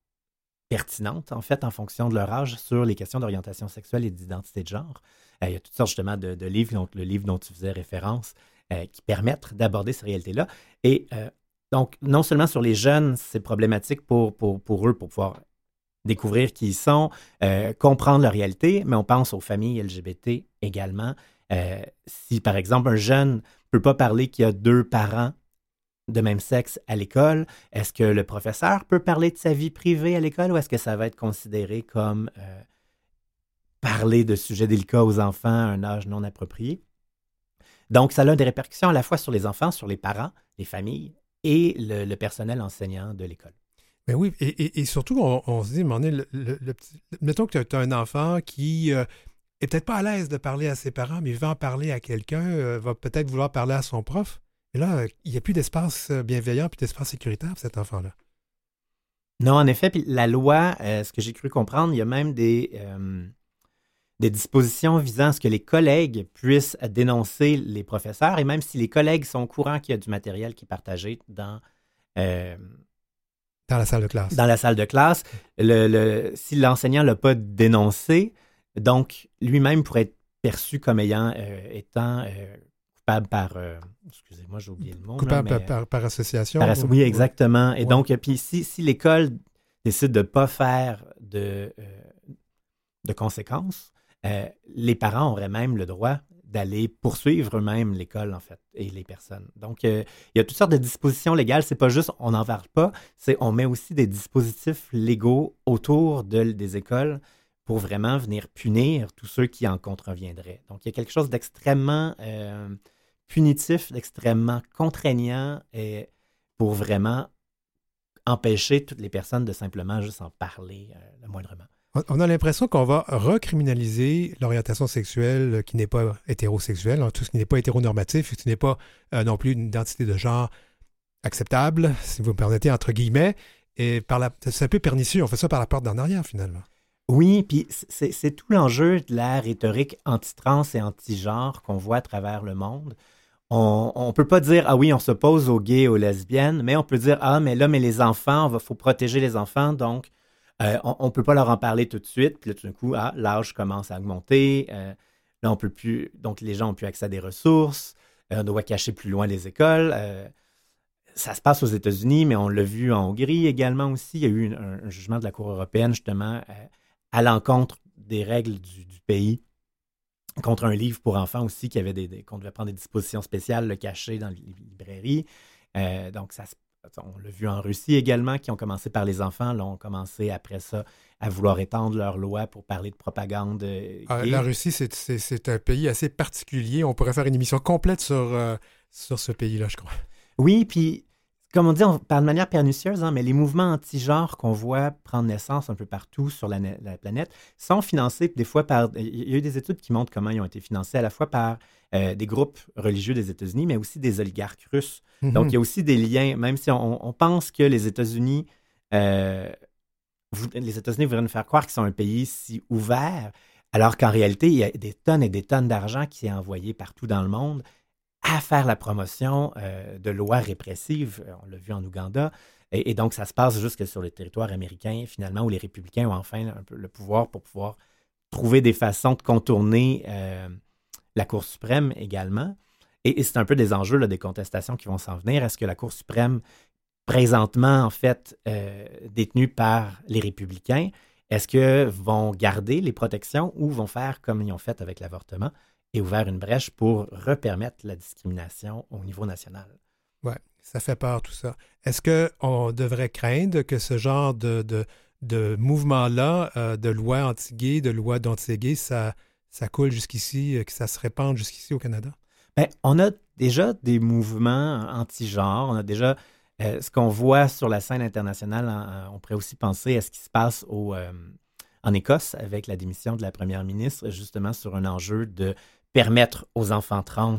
G: pertinente, en fait, en fonction de leur âge, sur les questions d'orientation sexuelle et d'identité de genre. Euh, il y a toutes sortes, justement, de, de livres, donc le livre dont tu faisais référence, euh, qui permettent d'aborder ces réalités-là. Et euh, donc, non seulement sur les jeunes, c'est problématique pour, pour, pour eux, pour pouvoir découvrir qui ils sont, euh, comprendre leur réalité, mais on pense aux familles L G B T également. Euh, si, par exemple, un jeune ne peut pas parler qu'il y a deux parents de même sexe à l'école, est-ce que le professeur peut parler de sa vie privée à l'école ou est-ce que ça va être considéré comme euh, parler de sujets délicats aux enfants à un âge non approprié? Donc, ça a des répercussions à la fois sur les enfants, sur les parents, les familles et le, le personnel enseignant de l'école.
A: Mais oui, et, et, et surtout, on, on se dit, mais on est le, le, le petit... mettons que tu as un enfant qui euh, est peut-être pas à l'aise de parler à ses parents, mais va en parler à quelqu'un, euh, va peut-être vouloir parler à son prof. Et là, euh, il n'y a plus d'espace bienveillant, plus d'espace sécuritaire pour cet enfant-là.
G: Non, en effet, puis la loi, euh, ce que j'ai cru comprendre, il y a même des, euh, des dispositions visant à ce que les collègues puissent dénoncer les professeurs, et même si les collègues sont au courant qu'il y a du matériel qui est partagé dans... Euh,
A: Dans la salle de classe.
G: Dans la salle de classe. Le, le, si l'enseignant ne l'a pas dénoncé, donc lui-même pourrait être perçu comme ayant euh, étant euh, coupable par... Euh, excusez-moi, j'ai oublié le mot.
A: Coupable
G: là, mais,
A: par, par, par association.
G: Par,
A: ou,
G: oui, exactement.
A: Ouais.
G: Et donc, puis si, si l'école décide de ne pas faire de, euh, de conséquences, euh, les parents auraient même le droit d'aller poursuivre eux-mêmes l'école, en fait, et les personnes. Donc, euh, il y a toutes sortes de dispositions légales. C'est pas juste on n'en parle pas, c'est on met aussi des dispositifs légaux autour de, des écoles pour vraiment venir punir tous ceux qui en contreviendraient. Donc, il y a quelque chose d'extrêmement euh, punitif, d'extrêmement contraignant et pour vraiment empêcher toutes les personnes de simplement juste en parler euh, le moindrement.
A: On a l'impression qu'on va recriminaliser l'orientation sexuelle qui n'est pas hétérosexuelle, tout ce qui n'est pas hétéronormatif, ce qui n'est pas euh, non plus une identité de genre acceptable, si vous me permettez, entre guillemets. Et par la, c'est un peu pernicieux, on fait ça par la porte d'en arrière, finalement.
G: Oui, puis c'est, c'est tout l'enjeu de la rhétorique anti-trans et anti-genre qu'on voit à travers le monde. On ne peut pas dire « Ah oui, on s'oppose aux gays et aux lesbiennes », mais on peut dire « Ah, mais là, mais les enfants, il faut protéger les enfants, donc... » Euh, on ne peut pas leur en parler tout de suite. Puis là, tout d'un coup, ah, l'âge commence à augmenter. Euh, là, on peut plus. Donc, les gens n'ont plus accès à des ressources. Euh, on doit cacher plus loin les écoles. Euh, ça se passe aux États-Unis, mais on l'a vu en Hongrie également aussi. Il y a eu un, un jugement de la Cour européenne, justement, euh, à l'encontre des règles du, du pays, contre un livre pour enfants aussi, qui avait des, des, qu'on devait prendre des dispositions spéciales, le cacher dans les librairies. Euh, donc, ça se On l'a vu en Russie également, qui ont commencé par les enfants, là, ont commencé après ça à vouloir étendre leur loi pour parler de propagande. Euh,
A: euh, la Russie, c'est, c'est, c'est un pays assez particulier. On pourrait faire une émission complète sur, euh, sur ce pays-là, je crois.
G: Oui, puis, comme on dit, on parle de manière pernicieuse, hein, mais les mouvements anti-genre qu'on voit prendre naissance un peu partout sur la, la planète sont financés des fois par... Il y a eu des études qui montrent comment ils ont été financés à la fois par euh, des groupes religieux des États-Unis, mais aussi des oligarques russes. Mm-hmm. Donc, il y a aussi des liens, même si on, on pense que les États-Unis... Euh, les États-Unis voudraient nous faire croire qu'ils sont un pays si ouvert, alors qu'en réalité, il y a des tonnes et des tonnes d'argent qui est envoyé partout dans le monde à faire la promotion euh, de lois répressives. On l'a vu en Ouganda. Et, et donc, ça se passe jusque sur le territoire américain, finalement, où les républicains ont enfin un peu le pouvoir pour pouvoir trouver des façons de contourner euh, la Cour suprême également. Et, et c'est un peu des enjeux, là, des contestations qui vont s'en venir. Est-ce que la Cour suprême, présentement, en fait, euh, détenue par les républicains, est-ce que vont garder les protections ou vont faire comme ils ont fait avec l'avortement et ouvert une brèche pour repermettre la discrimination au niveau national?
A: Oui, ça fait peur tout ça. Est-ce qu'on devrait craindre que ce genre de, de, de mouvement-là, euh, de loi anti-gay, de loi d'anti-gay, ça, ça coule jusqu'ici, que ça se répande jusqu'ici au Canada?
G: Bien, on a déjà des mouvements anti-genre. On a déjà euh, ce qu'on voit sur la scène internationale. En, on pourrait aussi penser à ce qui se passe au, euh, en Écosse avec la démission de la première ministre, justement sur un enjeu de permettre aux enfants trans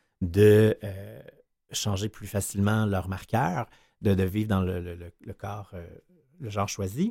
G: de euh, changer plus facilement leur marqueur, de, de vivre dans le, le, le corps, euh, le genre choisi.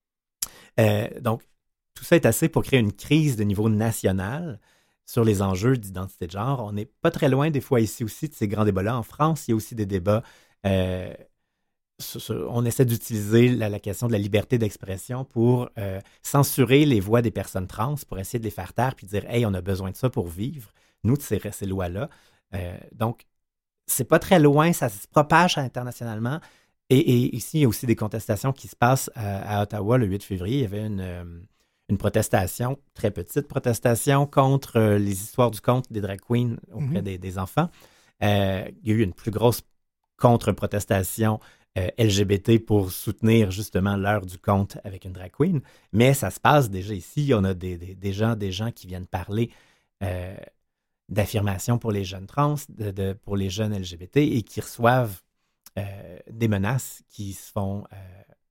G: Euh, donc, tout ça est assez pour créer une crise de niveau national sur les enjeux d'identité de genre. On n'est pas très loin des fois ici aussi de ces grands débats-là. En France, il y a aussi des débats. Euh, sur, sur, on essaie d'utiliser la, la question de la liberté d'expression pour euh, censurer les voix des personnes trans, pour essayer de les faire taire puis dire « Hey, on a besoin de ça pour vivre, nous, de ces, ces lois-là. Euh, » Donc, c'est pas très loin, ça se propage internationalement. Et, et ici, il y a aussi des contestations qui se passent à, à Ottawa le huit février. Il y avait une... Euh, une protestation, très petite protestation, contre euh, les histoires du conte des drag queens auprès mm-hmm. des, des enfants. Euh, il y a eu une plus grosse contre-protestation euh, L G B T pour soutenir justement l'heure du conte avec une drag queen. Mais ça se passe déjà ici. On a des, des, des, gens, des gens qui viennent parler euh, d'affirmation pour les jeunes trans, de, de, pour les jeunes L G B T et qui reçoivent euh, des menaces qui se font... Euh,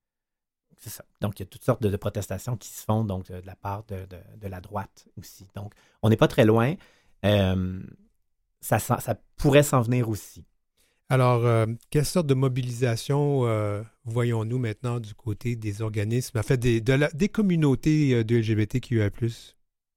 G: C'est ça. Donc, il y a toutes sortes de, de protestations qui se font donc, de, de la part de, de, de la droite aussi. Donc, on n'est pas très loin. Euh, ça, ça pourrait s'en venir aussi.
A: Alors, euh, quelle sorte de mobilisation euh, voyons-nous maintenant du côté des organismes, en fait, des, de la, des communautés de L G B T Q I plus?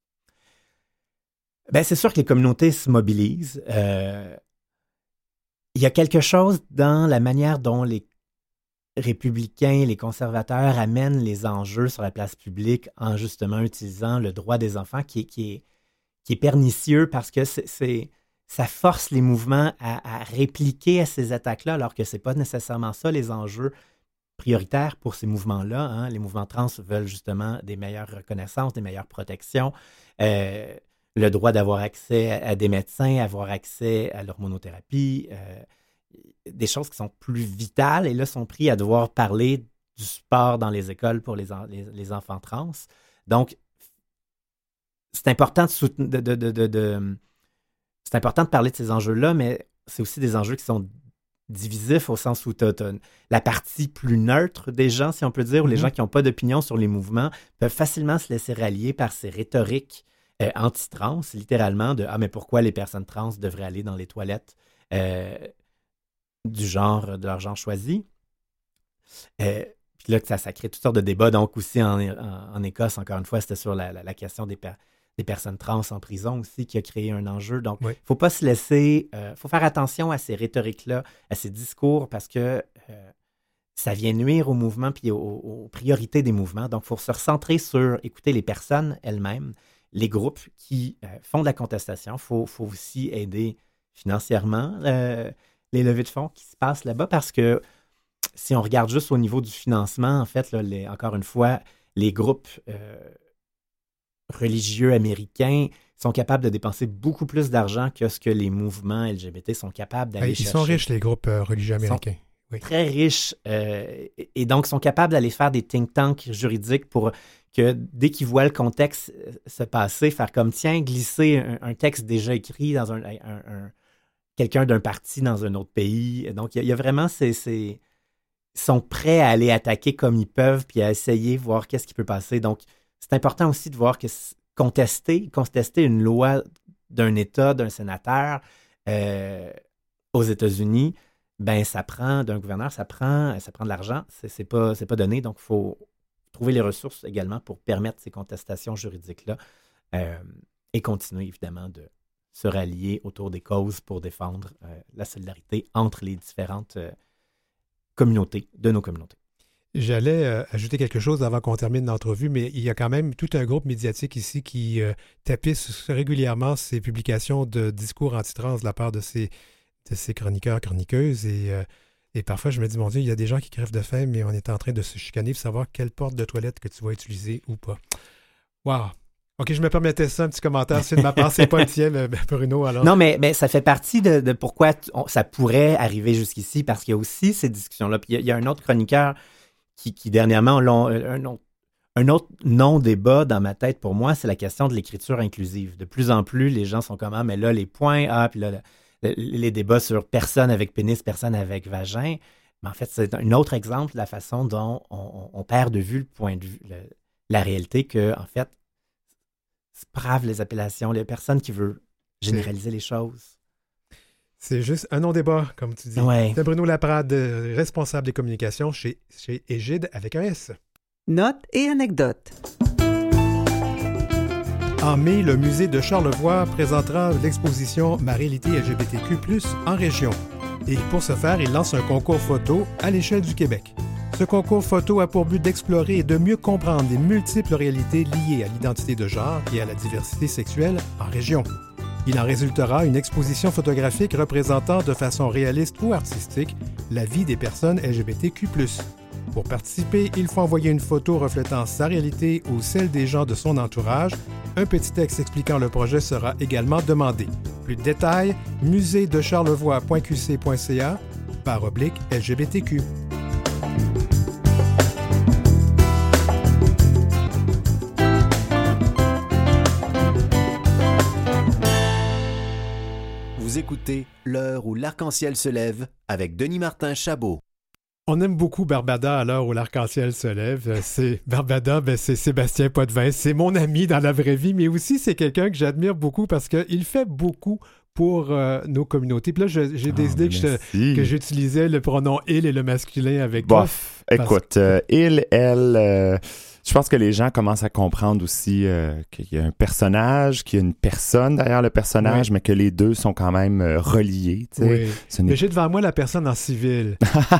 G: Bien, c'est sûr que les communautés se mobilisent. Euh, il y a quelque chose dans la manière dont les républicains, les conservateurs amènent les enjeux sur la place publique en justement utilisant le droit des enfants qui est, qui est, qui est pernicieux parce que c'est, c'est, ça force les mouvements à, à répliquer à ces attaques-là alors que ce n'est pas nécessairement ça les enjeux prioritaires pour ces mouvements-là. Hein. Les mouvements trans veulent justement des meilleures reconnaissances, des meilleures protections, euh, le droit d'avoir accès à, à des médecins, avoir accès à l'hormonothérapie, euh, des choses qui sont plus vitales et là sont pris à devoir parler du sport dans les écoles pour les, en, les, les enfants trans. Donc, c'est important de, soutenir, de, de, de, de, de c'est important de parler de ces enjeux-là, mais c'est aussi des enjeux qui sont divisifs au sens où tu as la partie plus neutre des gens, si on peut dire, où mm-hmm. les gens qui n'ont pas d'opinion sur les mouvements peuvent facilement se laisser rallier par ces rhétoriques euh, anti-trans, littéralement, de « Ah, mais pourquoi les personnes trans devraient aller dans les toilettes euh, du genre, de leur genre choisi. Euh, puis là, ça, ça crée toutes sortes de débats. Donc aussi en, en, en Écosse, encore une fois, c'était sur la, la, la question des, per, des personnes trans en prison aussi qui a créé un enjeu. Donc, il oui. ne faut pas se laisser... Il euh, faut faire attention à ces rhétoriques-là, à ces discours, parce que euh, ça vient nuire au mouvement puis aux, aux priorités des mouvements. Donc, il faut se recentrer sur écouter les personnes elles-mêmes, les groupes qui euh, font de la contestation. Il faut, faut aussi aider financièrement euh, les levées de fonds qui se passent là-bas parce que si on regarde juste au niveau du financement, en fait, là, les, encore une fois, les groupes euh, religieux américains sont capables de dépenser beaucoup plus d'argent que ce que les mouvements L G B T sont capables d'aller
A: Hey, ils
G: chercher.
A: Ils sont riches, les groupes euh, religieux américains.
G: Oui. Très riches euh, et donc sont capables d'aller faire des think tanks juridiques pour que dès qu'ils voient le contexte se passer, faire comme tiens, glisser un, un texte déjà écrit dans un, un, un quelqu'un d'un parti dans un autre pays. Donc, il y, y a vraiment ces, ces... Ils sont prêts à aller attaquer comme ils peuvent puis à essayer, voir qu'est-ce qui peut passer. Donc, c'est important aussi de voir que contester, contester une loi d'un État, d'un sénateur euh, aux États-Unis, ben ça prend, d'un gouverneur, ça prend, ça prend de l'argent. C'est, c'est pas, c'est pas donné. Donc, il faut trouver les ressources également pour permettre ces contestations juridiques-là euh, et continuer, évidemment, de se rallier autour des causes pour défendre euh, la solidarité entre les différentes euh, communautés, de nos communautés.
A: J'allais euh, ajouter quelque chose avant qu'on termine l'entrevue, mais il y a quand même tout un groupe médiatique ici qui euh, tapisse régulièrement ces publications de discours anti-trans de la part de ces, de ces chroniqueurs, chroniqueuses. Et, euh, et parfois, je me dis, mon Dieu, il y a des gens qui crèvent de faim, mais on est en train de se chicaner pour savoir quelle porte de toilette que tu vas utiliser ou pas. Wow! OK, je me permettais ça, un petit commentaire. C'est de ma part, c'est pas le tien, mais Bruno, alors.
G: Non, mais, mais ça fait partie de, de pourquoi on, ça pourrait arriver jusqu'ici, parce qu'il y a aussi ces discussions-là. Puis il y a, il y a un autre chroniqueur qui, qui dernièrement, l'ont, un, autre, un autre non-débat dans ma tête pour moi, c'est la question de l'écriture inclusive. De plus en plus, les gens sont comme « Ah, mais là, les points, ah, puis là, le, les débats sur personne avec pénis, personne avec vagin. » Mais en fait, c'est un autre exemple de la façon dont on, on perd de vue le point de vue, le, la réalité que, en fait, c'est brave les appellations, les personnes qui veulent généraliser les choses.
A: C'est juste un non-débat, comme tu dis.
G: Ouais.
A: C'est Bruno Laprade, responsable des communications chez, chez Égide avec un S.
B: Notes et anecdotes.
A: En mai, le musée de Charlevoix présentera l'exposition Ma réalité L G B T Q plus, en région. Et pour ce faire, il lance un concours photo à l'échelle du Québec. Ce concours photo a pour but d'explorer et de mieux comprendre les multiples réalités liées à l'identité de genre et à la diversité sexuelle en région. Il en résultera une exposition photographique représentant de façon réaliste ou artistique la vie des personnes L G B T Q plus. Pour participer, il faut envoyer une photo reflétant sa réalité ou celle des gens de son entourage. Un petit texte expliquant le projet sera également demandé. Plus de détails, musée de charlevoix point q c point c a par oblique L G B T Q.
D: Vous écoutez L'heure où l'arc-en-ciel se lève avec Denis Martin Chabot.
A: On aime beaucoup Barbada à l'heure où l'arc-en-ciel se lève. C'est Barbada, ben c'est Sébastien Potvin. C'est mon ami dans la vraie vie, mais aussi c'est quelqu'un que j'admire beaucoup parce qu'il fait beaucoup pour euh, nos communautés. Puis là, je, j'ai décidé oh, que, je, que j'utilisais le pronom « il » et le masculin avec toi.
H: Bof, écoute, que... euh, il, elle... Euh... Je pense que les gens commencent à comprendre aussi euh, qu'il y a un personnage, qu'il y a une personne derrière le personnage, oui. mais que les deux sont quand même euh, reliés.
A: Oui. Mais j'ai devant moi la personne en civil.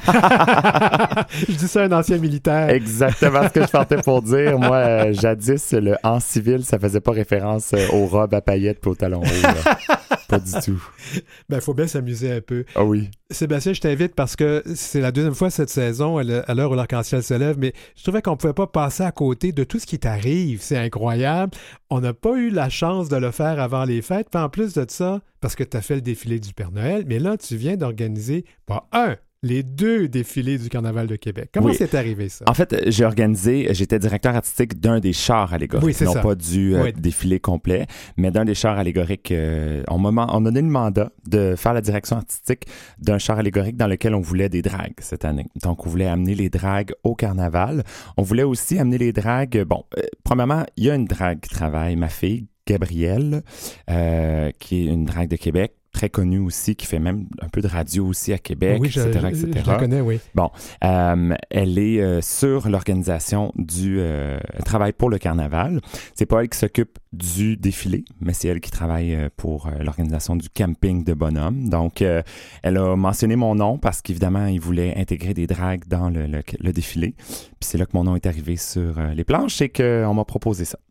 A: Je dis ça à un ancien militaire.
H: Exactement ce que je partais pour dire. Moi, euh, jadis, le en civil, ça faisait pas référence euh, aux robes à paillettes et aux talons hauts. Pas du tout.
A: Ben, il faut bien s'amuser un peu.
H: Ah oui.
A: Sébastien, je t'invite parce que c'est la deuxième fois cette saison, à l'heure où l'arc-en-ciel se lève, mais je trouvais qu'on ne pouvait pas passer à côté de tout ce qui t'arrive. C'est incroyable. On n'a pas eu la chance de le faire avant les fêtes. Puis en plus de ça, parce que tu as fait le défilé du Père Noël, mais là, tu viens d'organiser, pas un, les deux défilés du Carnaval de Québec. Comment oui. c'est arrivé, ça?
H: En fait, j'ai organisé, j'étais directeur artistique d'un des chars allégoriques.
A: Oui, c'est
H: non
A: ça.
H: pas du euh,
A: oui.
H: défilé complet, mais d'un des chars allégoriques. Euh, on, m'a, on m'a donné le mandat de faire la direction artistique d'un char allégorique dans lequel on voulait des dragues cette année. Donc, on voulait amener les dragues au Carnaval. On voulait aussi amener les dragues... Bon, euh, premièrement, il y a une drague qui travaille, ma fille, Gabrielle, euh, qui est une drague de Québec, très connue aussi, qui fait même un peu de radio aussi à Québec,
A: oui,
H: et cetera,
A: je,
H: et cetera.
A: Je la connais, oui.
H: Bon, euh, elle est euh, sur l'organisation du euh, travail pour le Carnaval. C'est pas elle qui s'occupe du défilé, mais c'est elle qui travaille euh, pour euh, l'organisation du camping de bonhomme. Donc, euh, elle a mentionné mon nom parce qu'évidemment, il voulait intégrer des dragues dans le, le, le défilé. Puis c'est là que mon nom est arrivé sur euh, les planches et qu'on m'a proposé ça.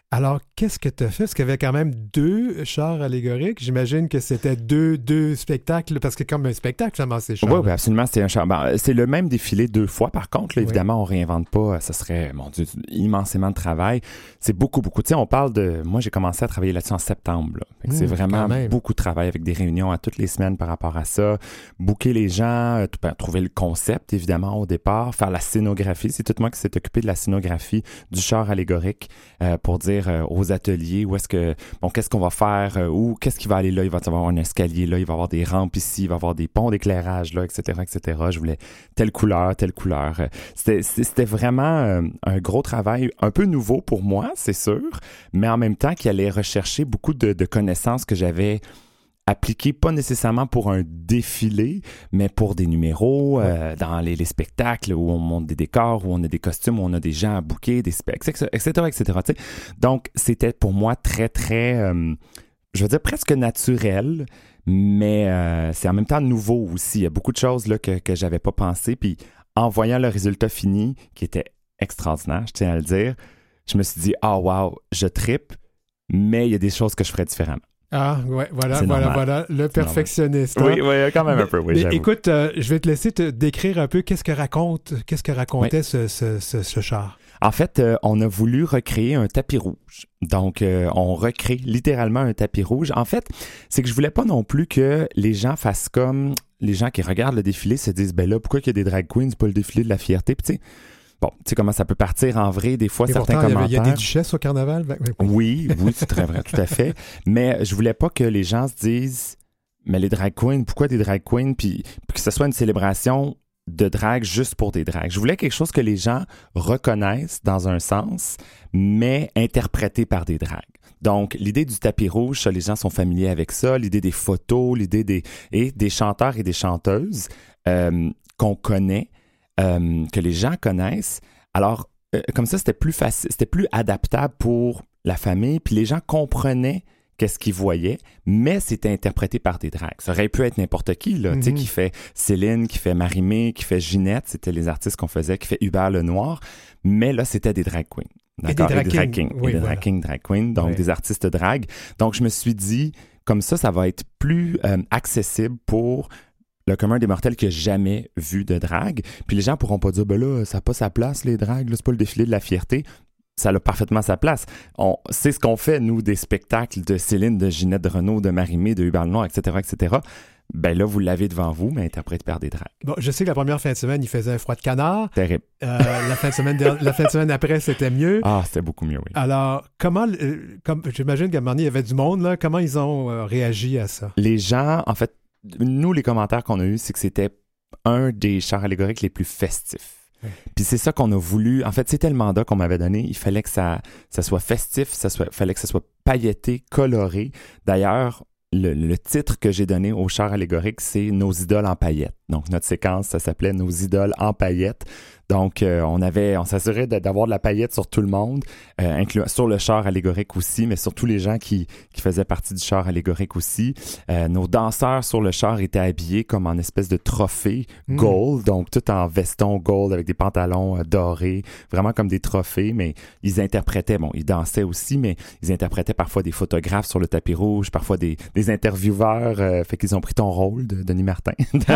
A: Alors, qu'est-ce que tu as fait? Parce qu'il y avait quand même deux chars allégoriques. J'imagine que c'était deux, deux spectacles, parce que comme un spectacle, finalement, ces chars.
H: Oui, oui, absolument, c'est un char. Ben, c'est le même défilé deux fois, par contre. Là,
A: oui.
H: Évidemment, on ne réinvente pas. Ça serait, mon Dieu, immensément de travail. C'est beaucoup, beaucoup. Tu sais, on parle de... Moi, j'ai commencé à travailler là-dessus en septembre. Là. Fait que mmh, c'est vraiment beaucoup de travail avec des réunions à toutes les semaines par rapport à ça. Booker les gens, tout, ben, trouver le concept, évidemment, au départ. Faire la scénographie. C'est tout moi qui s'est occupé de la scénographie du char allégorique euh, pour dire euh, aux ateliers où est-ce que, bon, qu'est-ce qu'on va faire, euh, où, qu'est-ce qui va aller là, il va y avoir un escalier là, il va y avoir des rampes ici, il va y avoir des ponts d'éclairage là, et cetera, et cetera. Je voulais telle couleur, telle couleur. C'était, c'était vraiment euh, un gros travail, un peu nouveau pour moi, c'est sûr, mais en même temps qui allait rechercher beaucoup de, de connaissances que j'avais appliqué, pas nécessairement pour un défilé, mais pour des numéros, euh, dans les, les spectacles où on monte des décors, où on a des costumes, où on a des gens à booker, des specs, et cetera, et cetera. T'sais. Donc, c'était pour moi très, très, euh, je veux dire presque naturel, mais euh, c'est en même temps nouveau aussi. Il y a beaucoup de choses là, que, que j'avais pas pensé, puis en voyant le résultat fini, qui était extraordinaire, je tiens à le dire, je me suis dit, ah oh, wow, je trippe, mais il y a des choses que je ferais différemment.
A: Ah, ouais, voilà,
H: c'est
A: voilà,
H: normal.
A: voilà, le perfectionniste.
H: Oui, oui, quand même un peu, oui,
A: mais,
H: j'avoue.
A: Écoute, euh, je vais te laisser te décrire un peu qu'est-ce que raconte, qu'est-ce que racontait
H: oui.
A: ce, ce, ce, ce char.
H: En fait, euh, on a voulu recréer un tapis rouge. Donc, euh, on recrée littéralement un tapis rouge. En fait, c'est que je voulais pas non plus que les gens fassent comme les gens qui regardent le défilé se disent, ben là, pourquoi qu'il y a des drag queens, c'est pas le défilé de la fierté? Puis tu sais, bon, tu sais comment ça peut partir en vrai, des fois,
A: et
H: certains
A: pourtant,
H: commentaires.
A: Il y, y a des duchesses au carnaval? Ben, ben,
H: oui, oui, c'est très vrai, tout à fait. Mais je voulais pas que les gens se disent, mais les drag queens, pourquoi des drag queens? Puis, puis que ce soit une célébration de drag juste pour des drags. Je voulais quelque chose que les gens reconnaissent dans un sens, mais interprété par des drags. Donc, l'idée du tapis rouge, ça, les gens sont familiers avec ça. L'idée des photos, l'idée des, et des chanteurs et des chanteuses euh, qu'on connaît, euh, que les gens connaissent. Alors, euh, comme ça, c'était plus facile, c'était plus adaptable pour la famille, puis les gens comprenaient qu'est-ce qu'ils voyaient, mais c'était interprété par des drags. Ça aurait pu être n'importe qui, là, mm-hmm. tu sais, qui fait Céline, qui fait Marie-Mé, qui fait Ginette, c'était les artistes qu'on faisait, qui fait Hubert Lenoir, mais là, c'était des drag queens. D'accord?
A: Et des drag kings.
H: Oui, et des
A: voilà.
H: drag kings, drag queens, donc
A: oui.
H: des artistes drag. Donc, je me suis dit, comme ça, ça va être plus euh, accessible pour le commun des mortels qui n'a jamais vu de drag. Puis les gens pourront pas dire, ben là, ça n'a pas sa place, les drags, là, c'est pas le défilé de la fierté. Ça a parfaitement sa place. On, c'est ce qu'on fait, nous, des spectacles de Céline, de Ginette, de Renaud, de Marie-Mé, de Hubert Lenoir, et cetera, et cetera. Ben là, vous l'avez devant vous, mais interprété par des drags.
A: Bon, je sais que la première fin de semaine, il faisait un froid de canard.
H: Terrible.
A: Euh, la, fin de semaine de, la fin de semaine après, c'était mieux.
H: Ah, c'était beaucoup mieux, oui.
A: Alors, comment, euh, comme, j'imagine qu'à un moment donné, il y avait du monde, là. Comment ils ont euh, réagi à ça?
H: Les gens, en fait, nous, les commentaires qu'on a eus, c'est que c'était un des chars allégoriques les plus festifs. Oui. Puis c'est ça qu'on a voulu. En fait, c'était le mandat qu'on m'avait donné. Il fallait que ça, ça soit festif, ça soit, il fallait que ça soit pailleté, coloré. D'ailleurs, le, le titre que j'ai donné au char allégorique, c'est « Nos idoles en paillettes ». Donc, notre séquence, ça s'appelait « Nos idoles en paillettes ». Donc, euh, on avait, on s'assurait de, d'avoir de la paillette sur tout le monde, euh, inclu- sur le char allégorique aussi, mais sur tous les gens qui, qui faisaient partie du char allégorique aussi. Euh, nos danseurs sur le char étaient habillés comme en espèce de trophée mmh. gold, donc tout en veston gold avec des pantalons euh, dorés, vraiment comme des trophées, mais ils interprétaient, bon, ils dansaient aussi, mais ils interprétaient parfois des photographes sur le tapis rouge, parfois des, des intervieweurs, euh, fait qu'ils ont pris ton rôle de Denis Martin.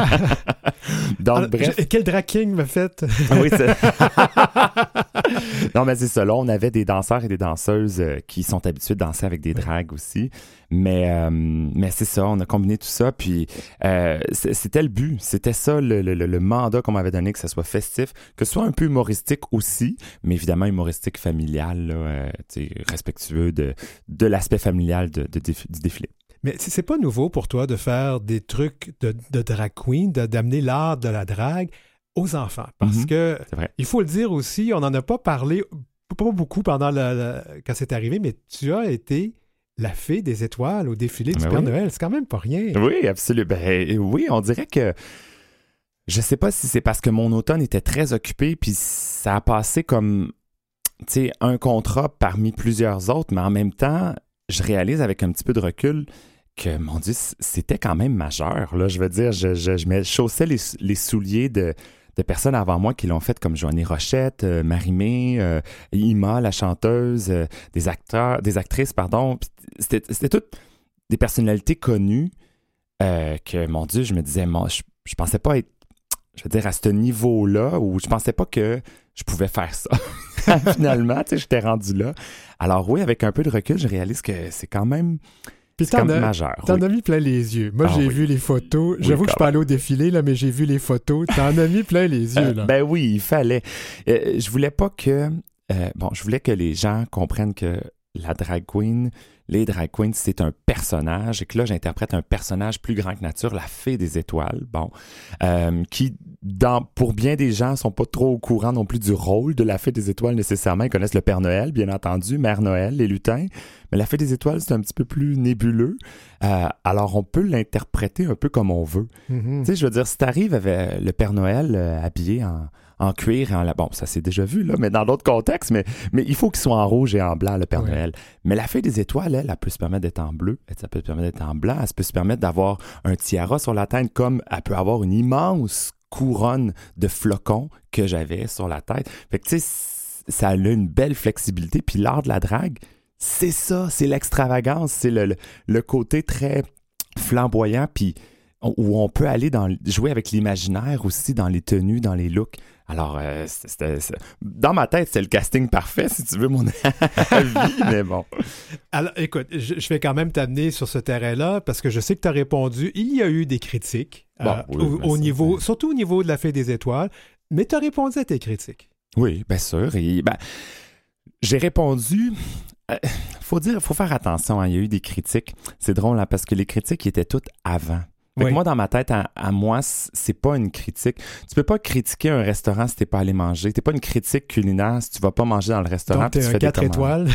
H: Donc,
A: alors,
H: bref.
A: Je, quel drag king me fait?
H: Oui, c'est... Non, mais c'est ça. Là, on avait des danseurs et des danseuses euh, qui sont habitués de danser avec des drags aussi. Mais, euh, mais c'est ça, on a combiné tout ça. Puis, euh, c'était le but. C'était ça, le, le, le mandat qu'on m'avait donné, que ça soit festif, que ce soit un peu humoristique aussi, mais évidemment humoristique familial, là, euh, respectueux de, de l'aspect familial de, de, de, du défilé.
A: Mais c'est pas nouveau pour toi de faire des trucs de, de drag queen, de, d'amener l'art de la drague aux enfants. Parce mm-hmm. que, il faut le dire aussi, on n'en a pas parlé, pas beaucoup pendant le, le, quand c'est arrivé, mais tu as été la fée des étoiles au défilé du ben Père oui. Noël. C'est quand même pas rien.
H: Oui, absolument. Ben, oui, on dirait que, je sais pas si c'est parce que mon automne était très occupé, puis ça a passé comme, tu sais, un contrat parmi plusieurs autres, mais en même temps, je réalise avec un petit peu de recul que, mon Dieu, c'était quand même majeur. Là. Je veux dire, je, je, je me chaussais les, les souliers de, de personnes avant moi qui l'ont fait, comme Joanie Rochette, euh, Marie-Mé, euh, Ima, la chanteuse, euh, des acteurs, des actrices, pardon. C'était, c'était toutes des personnalités connues euh, que, mon Dieu, je me disais, moi, je, je pensais pas être, je veux dire, à ce niveau-là, où je pensais pas que je pouvais faire ça. Finalement, tu sais, j'étais rendu là. Alors oui, avec un peu de recul, je réalise que c'est quand même...
A: Puis
H: c'est
A: t'en,
H: comme
A: as,
H: majeur.
A: T'en
H: oui.
A: as mis plein les yeux. Moi,
H: Ah,
A: j'ai
H: oui.
A: vu les photos.
H: Oui,
A: J'avoue que je suis pas
H: même.
A: allé au défilé, là, mais j'ai vu les photos. T'en as mis plein les yeux, là.
H: Euh, ben oui, il fallait. Euh, je voulais pas que... euh, bon, je voulais que les gens comprennent que la drag queen, les drag queens, c'est un personnage et que là, j'interprète un personnage plus grand que nature, la fée des étoiles, bon, euh, qui, dans, pour bien des gens, sont pas trop au courant non plus du rôle de la fée des étoiles nécessairement. Ils connaissent le Père Noël, bien entendu, Mère Noël, les lutins, mais la fée des étoiles, c'est un petit peu plus nébuleux. Euh, alors, on peut l'interpréter un peu comme on veut.
A: Mm-hmm.
H: Tu sais, je veux dire, si t'arrives avec le Père Noël euh, habillé en... en cuir et en... Bon, ça s'est déjà vu, là, mais dans d'autres contextes, mais, mais il faut qu'il soit en rouge et en blanc, le Père
A: Oui.
H: Noël. Mais la fée des étoiles, elle, elle peut se permettre d'être en bleu, elle, ça peut se permettre d'être en blanc, elle peut se permettre d'avoir un tiara sur la tête, comme elle peut avoir une immense couronne de flocons que j'avais sur la tête. Fait que, tu sais, ça a une belle flexibilité. Puis l'art de la drague, c'est ça, c'est l'extravagance, c'est le, le, le côté très flamboyant, puis où on peut aller dans, jouer avec l'imaginaire aussi, dans les tenues, dans les looks. Alors, euh, c'était, c'était, dans ma tête, c'est le casting parfait, si tu veux, mon avis, mais bon.
A: Alors, écoute, je, je vais quand même t'amener sur ce terrain-là, parce que je sais que tu as répondu. Il y a eu des critiques,
H: Bon,
A: euh,
H: oui,
A: au,
H: ben
A: au
H: ça,
A: niveau,
H: c'est...
A: surtout au niveau de la Fée des Étoiles, mais tu as répondu à tes critiques.
H: Oui, bien sûr. Et, ben, j'ai répondu... Euh, faut dire, faut faire attention, hein, il y a eu des critiques. C'est drôle, hein, parce que les critiques étaient toutes avant. Fait
A: Oui.
H: que moi, dans ma tête, à, à moi, c'est pas une critique. Tu peux pas critiquer un restaurant si t'es pas allé manger. T'es pas une critique culinaire si tu vas pas manger dans le restaurant.
A: Donc, t'es
H: tu
A: un
H: fais
A: quatre
H: des
A: étoiles.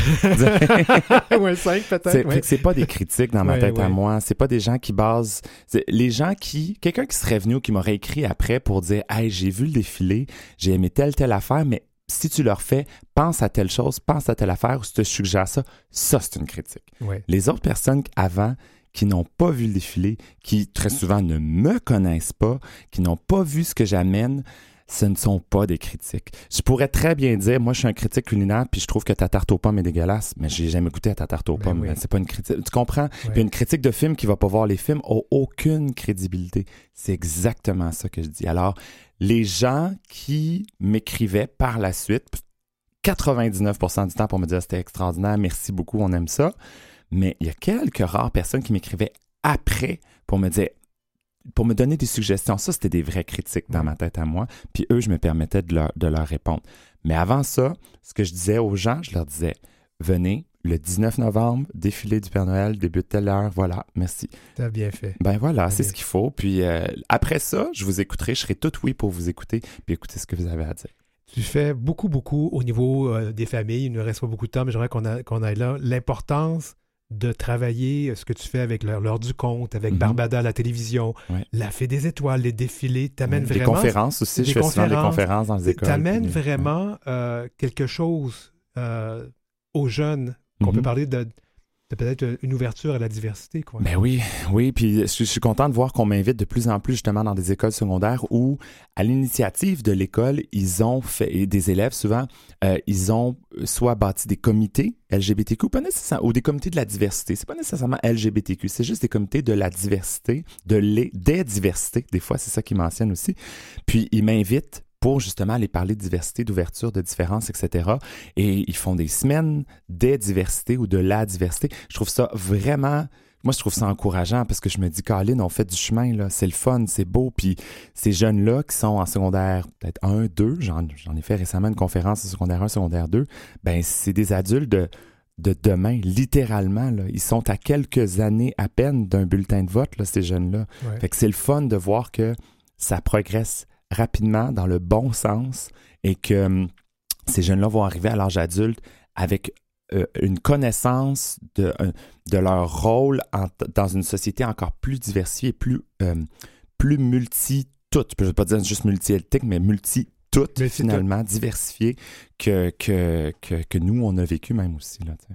A: Ou un cinq, peut-être.
H: C'est,
A: ouais.
H: fait que c'est pas des critiques dans ma
A: Ouais,
H: tête
A: ouais.
H: à moi. C'est pas des gens qui basent... c'est les gens qui... Quelqu'un qui serait venu ou qui m'aurait écrit après pour dire « Hey, j'ai vu le défilé, j'ai aimé telle, telle affaire, mais si tu leur fais, pense à telle chose, pense à telle affaire, ou si tu te suggères ça, ça, c'est une critique.
A: Ouais. »
H: Les autres personnes avant... qui n'ont pas vu le défilé, qui très souvent ne me connaissent pas, qui n'ont pas vu ce que j'amène, ce ne sont pas des critiques. Je pourrais très bien dire, moi je suis un critique culinaire, puis je trouve que ta tarte aux pommes est dégueulasse, mais j'ai jamais goûté à ta tarte aux
A: Ben
H: pommes.
A: oui.
H: C'est pas une critique. Tu comprends?
A: Ouais.
H: Puis une critique de film qui va pas voir les films a aucune crédibilité. C'est exactement ça que je dis. Alors, les gens qui m'écrivaient par la suite, quatre-vingt-dix-neuf pour cent du temps pour me dire c'était extraordinaire, merci beaucoup, on aime ça. Mais il y a quelques rares personnes qui m'écrivaient après pour me dire, pour me donner des suggestions. Ça, c'était des vraies critiques dans ma tête à moi. Puis eux, je me permettais de leur, de leur répondre. Mais avant ça, ce que je disais aux gens, je leur disais, venez le dix-neuf novembre, défilé du Père Noël, début de telle heure, voilà, merci.
A: T'as bien fait.
H: Ben voilà,
A: T'as
H: c'est
A: bien
H: ce qu'il faut. Puis euh, après ça, je vous écouterai, je serai tout oui pour vous écouter, puis écouter ce que vous avez à dire.
A: Tu fais beaucoup, beaucoup au niveau euh, des familles. Il ne reste pas beaucoup de temps, mais j'aimerais qu'on, a, qu'on aille là. L'importance de travailler ce que tu fais avec l'heure, l'heure du conte, avec
H: Mm-hmm.
A: Barbada à la télévision,
H: Ouais.
A: la Fée des Étoiles, les défilés, t'amènes
H: Des
A: vraiment...
H: conférences aussi,
A: des
H: je fais souvent des
A: conférences.
H: conférences dans les écoles.
A: T'amènes
H: puis,
A: vraiment euh, quelque chose euh, aux jeunes qu'on
H: Mhm.
A: peut parler de, de peut-être une ouverture à la diversité, quoi.
H: Ben oui, oui, puis je, je suis content de voir qu'on m'invite de plus en plus justement dans des écoles secondaires où, à l'initiative de l'école, ils ont fait, et des élèves souvent, euh, ils ont soit bâti des comités L G B T Q, pas nécessairement, ou des comités de la diversité. C'est pas nécessairement L G B T Q, c'est juste des comités de la diversité, de les, des diversités. Des fois, c'est ça qu'ils mentionnent aussi. Puis ils m'invitent pour justement aller parler de diversité, d'ouverture, de différence, et cetera. Et ils font des semaines des diversités ou de la diversité. Je trouve ça vraiment... Moi, je trouve ça encourageant parce que je me dis, Colin, on fait du chemin, là. C'est le fun, c'est beau. Puis ces jeunes-là qui sont en secondaire peut-être un, deux, j'en, j'en ai fait récemment une conférence en secondaire un, secondaire deux, ben c'est des adultes de, de demain, littéralement, là. Ils sont à quelques années à peine d'un bulletin de vote, là, ces jeunes-là.
A: Ouais.
H: Fait que c'est le fun de voir que ça progresse rapidement dans le bon sens et que hum, ces jeunes-là vont arriver à l'âge adulte avec euh, une connaissance de, euh, de leur rôle en, dans une société encore plus diversifiée, plus, euh, plus multi-toute. Je ne veux pas dire juste multi-ethnique, mais multi-toute,
A: Mais c'est
H: finalement, diversifiée que, que, que, que nous, on a vécu même aussi. Là, t'sais.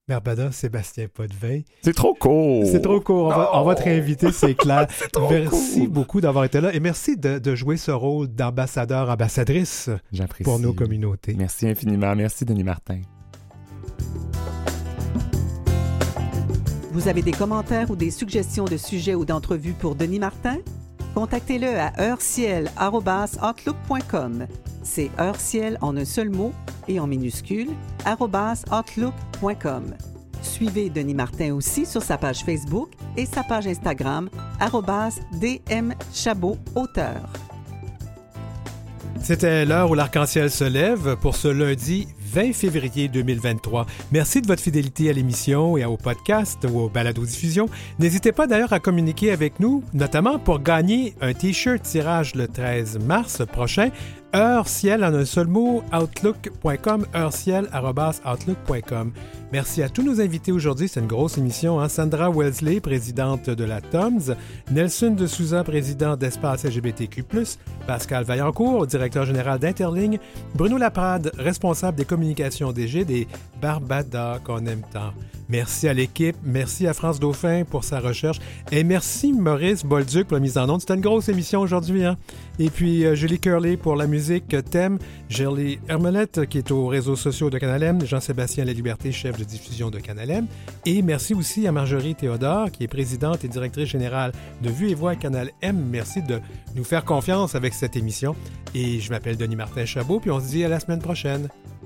A: Barbada, Sébastien Potvin.
H: C'est trop court.
A: C'est trop court. On va, on va te réinviter, c'est clair.
H: C'est trop
A: merci
H: court.
A: beaucoup d'avoir été là et merci de, de jouer ce rôle d'ambassadeur, ambassadrice
H: J'apprécie.
A: pour nos communautés.
H: Merci infiniment. Merci, Denis Martin.
B: Vous avez des commentaires ou des suggestions de sujets ou d'entrevues pour Denis Martin? Contactez-le à heureciel arobase outlook point com. C'est heureciel en un seul mot et en minuscule, arobase outlook point com. Suivez Denis Martin aussi sur sa page Facebook et sa page Instagram, arobase D M Chabot auteur.
A: C'était l'heure où l'arc-en-ciel se lève pour ce lundi vingt février deux mille vingt-trois. Merci de votre fidélité à l'émission et au podcast ou aux balados-diffusions. N'hésitez pas d'ailleurs à communiquer avec nous, notamment pour gagner un T-shirt tirage le treize mars prochain. Heureciel en un seul mot, outlook point com, heureciel arobase outlook point com. Merci à tous nos invités aujourd'hui. C'est une grosse émission. Hein? Sandra Wellesley, présidente de la T O M S, Nelson de Souza, président d'Espace L G B T Q plus, Pascal Vaillancourt, directeur général d'Interligne, Bruno Laprade, responsable des communications des G D, Barbada qu'on aime tant. Merci à l'équipe, merci à France Dauphin pour sa recherche et merci Maurice Bolduc pour la mise en onde. C'était une grosse émission aujourd'hui. Hein? Et puis euh, Julie Curley pour la musique thème, Gerly Hermelette qui est aux réseaux sociaux de Canal M, Jean-Sébastien Laliberté, chef de diffusion de Canal M. Et merci aussi à Marjorie Théodore qui est présidente et directrice générale de Vue et Voix à Canal M. Merci de nous faire confiance avec cette émission. Et je m'appelle Denis Martin Chabot puis on se dit à la semaine prochaine.